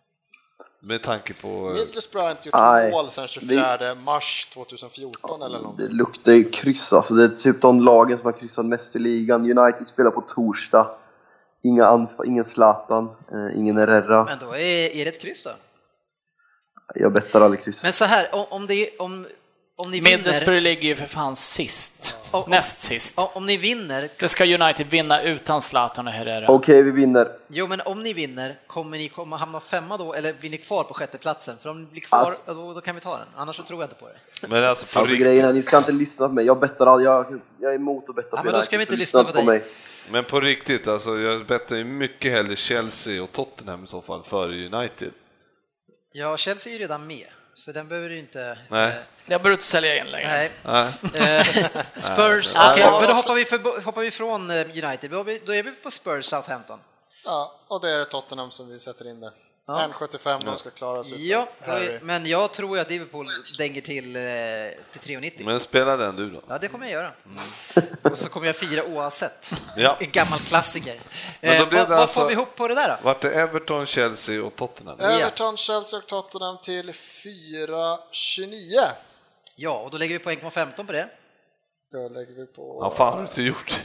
[SPEAKER 3] Med tanke på...
[SPEAKER 4] Middlesbrough har inte gjort
[SPEAKER 5] Nej,
[SPEAKER 4] mål sedan tjugofjärde mars tjugohundrafjorton eller någonting.
[SPEAKER 5] Det luktar ju kryss, alltså. Det är typ de lagen som har kryssat mest i ligan. United spelar på torsdag. Inga anfall, ingen Zlatan, eh, ingen Herrera.
[SPEAKER 2] Men då är, är det ett kryss då?
[SPEAKER 5] Jag bettar aldrig kryss.
[SPEAKER 2] Men så här, om, om, det, är- om, om ni vinner...
[SPEAKER 6] Middlesbrough ligger ju för fan sist.
[SPEAKER 2] Om,
[SPEAKER 6] Näst sist.
[SPEAKER 2] Om, om ni vinner...
[SPEAKER 6] Det ska United vinna utan Zlatan och Herrera.
[SPEAKER 5] Okej, okay, vi vinner.
[SPEAKER 2] Jo, men om ni vinner, kommer ni komma hamna femma då, eller blir ni kvar på sjätte platsen? För om ni blir kvar, alltså, då, då kan vi ta den. Annars så tror jag inte på det.
[SPEAKER 3] Men alltså, på
[SPEAKER 5] alltså grejen är, ni ska inte lyssna på mig. Jag bettar all, jag, jag är emot att betta
[SPEAKER 2] ja,
[SPEAKER 5] på
[SPEAKER 2] men då ska vi inte lyssna på dig.
[SPEAKER 5] Mig.
[SPEAKER 3] Men på riktigt, alltså, jag bettar ju mycket hellre Chelsea och Tottenham i så fall före United.
[SPEAKER 2] Ja, Chelsea är ju redan med, så den behöver du inte...
[SPEAKER 3] Nej.
[SPEAKER 6] Jag behöver inte sälja igen längre.
[SPEAKER 2] Nej.
[SPEAKER 3] Nej.
[SPEAKER 2] Spurs, okej, okay, men då hoppar vi, för, hoppar vi från United, då är vi på Spurs Southampton.
[SPEAKER 4] Ja, och det är Tottenham som vi sätter in där. Ja. en sjuttiofem, de ska klara sig.
[SPEAKER 2] Ja, är, men jag tror att Liverpool dänger till, till tre nittio.
[SPEAKER 3] Men spela den du då.
[SPEAKER 2] Ja, det kommer jag göra. Mm. Och så kommer jag fira oavsett.
[SPEAKER 3] Ja.
[SPEAKER 2] En gammal klassiker.
[SPEAKER 3] Men då blev
[SPEAKER 2] eh,
[SPEAKER 3] det
[SPEAKER 2] vad
[SPEAKER 3] alltså,
[SPEAKER 2] får vi ihop på det där då?
[SPEAKER 3] Vart det Everton, Chelsea och Tottenham?
[SPEAKER 4] Everton, Chelsea och Tottenham till fyra tjugonio.
[SPEAKER 2] Ja, och då lägger vi på en komma femton på det.
[SPEAKER 4] Då lägger vi på...
[SPEAKER 3] Ja, fan har du inte gjort?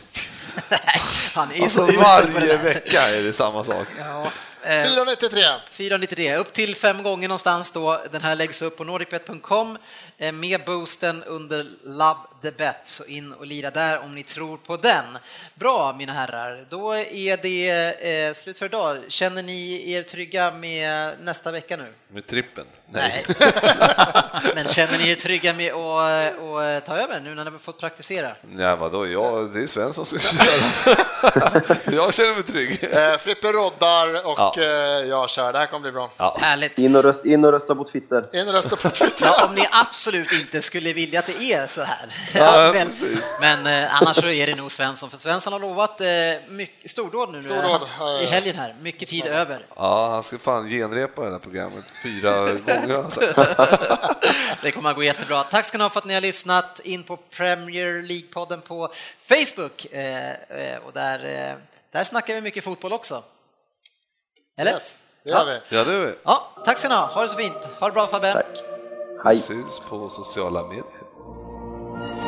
[SPEAKER 2] Han är
[SPEAKER 3] alltså,
[SPEAKER 2] så
[SPEAKER 3] varje vecka är det samma sak.
[SPEAKER 2] Ja.
[SPEAKER 4] fyra nittiotre.
[SPEAKER 2] fyra nittiotre, upp till fem gånger någonstans då. Den här läggs upp på nordicbet punkt com med boosten under Love the Bet, så in och lira där om ni tror på den. Bra, mina herrar, då är det eh, slut för idag. Känner ni er trygga med nästa vecka nu?
[SPEAKER 3] Med trippen? Nej.
[SPEAKER 2] Nej. Men känner ni er trygga med att, att ta över nu när ni har fått praktisera?
[SPEAKER 3] Nej, vadå? Jag, det är Svensson som ska köra. Jag känner mig trygg.
[SPEAKER 4] Eh, Frippe roddar och ja. eh, jag kör. Det här kommer bli bra.
[SPEAKER 2] Ja. Härligt.
[SPEAKER 5] In och, rösta, in och rösta på Twitter.
[SPEAKER 4] In och rösta på Twitter.
[SPEAKER 2] Ja, om ni absolut inte skulle vilja att det är så här. Ja, men men eh, annars så är det nog Svensson. För Svensson har lovat eh, mycket, stordåd nu
[SPEAKER 4] stordåd,
[SPEAKER 2] nu, i helgen här. Mycket tid över.
[SPEAKER 3] Ja, han ska fan genrepa det här programmet fyra gånger. Alltså.
[SPEAKER 2] Det kommer att gå jättebra. Tack ska ni ha för att ni har lyssnat. In på Premier League-podden på Facebook. Eh, och där, eh, där snackar vi mycket fotboll också. Eller?
[SPEAKER 4] Yes, det gör vi.
[SPEAKER 3] Ja, det gör vi.
[SPEAKER 2] Ja, tack ska ni ha. Ha det så fint. Ha det bra, Fabbe.
[SPEAKER 5] Tack. Hej.
[SPEAKER 3] Syns på sociala medier.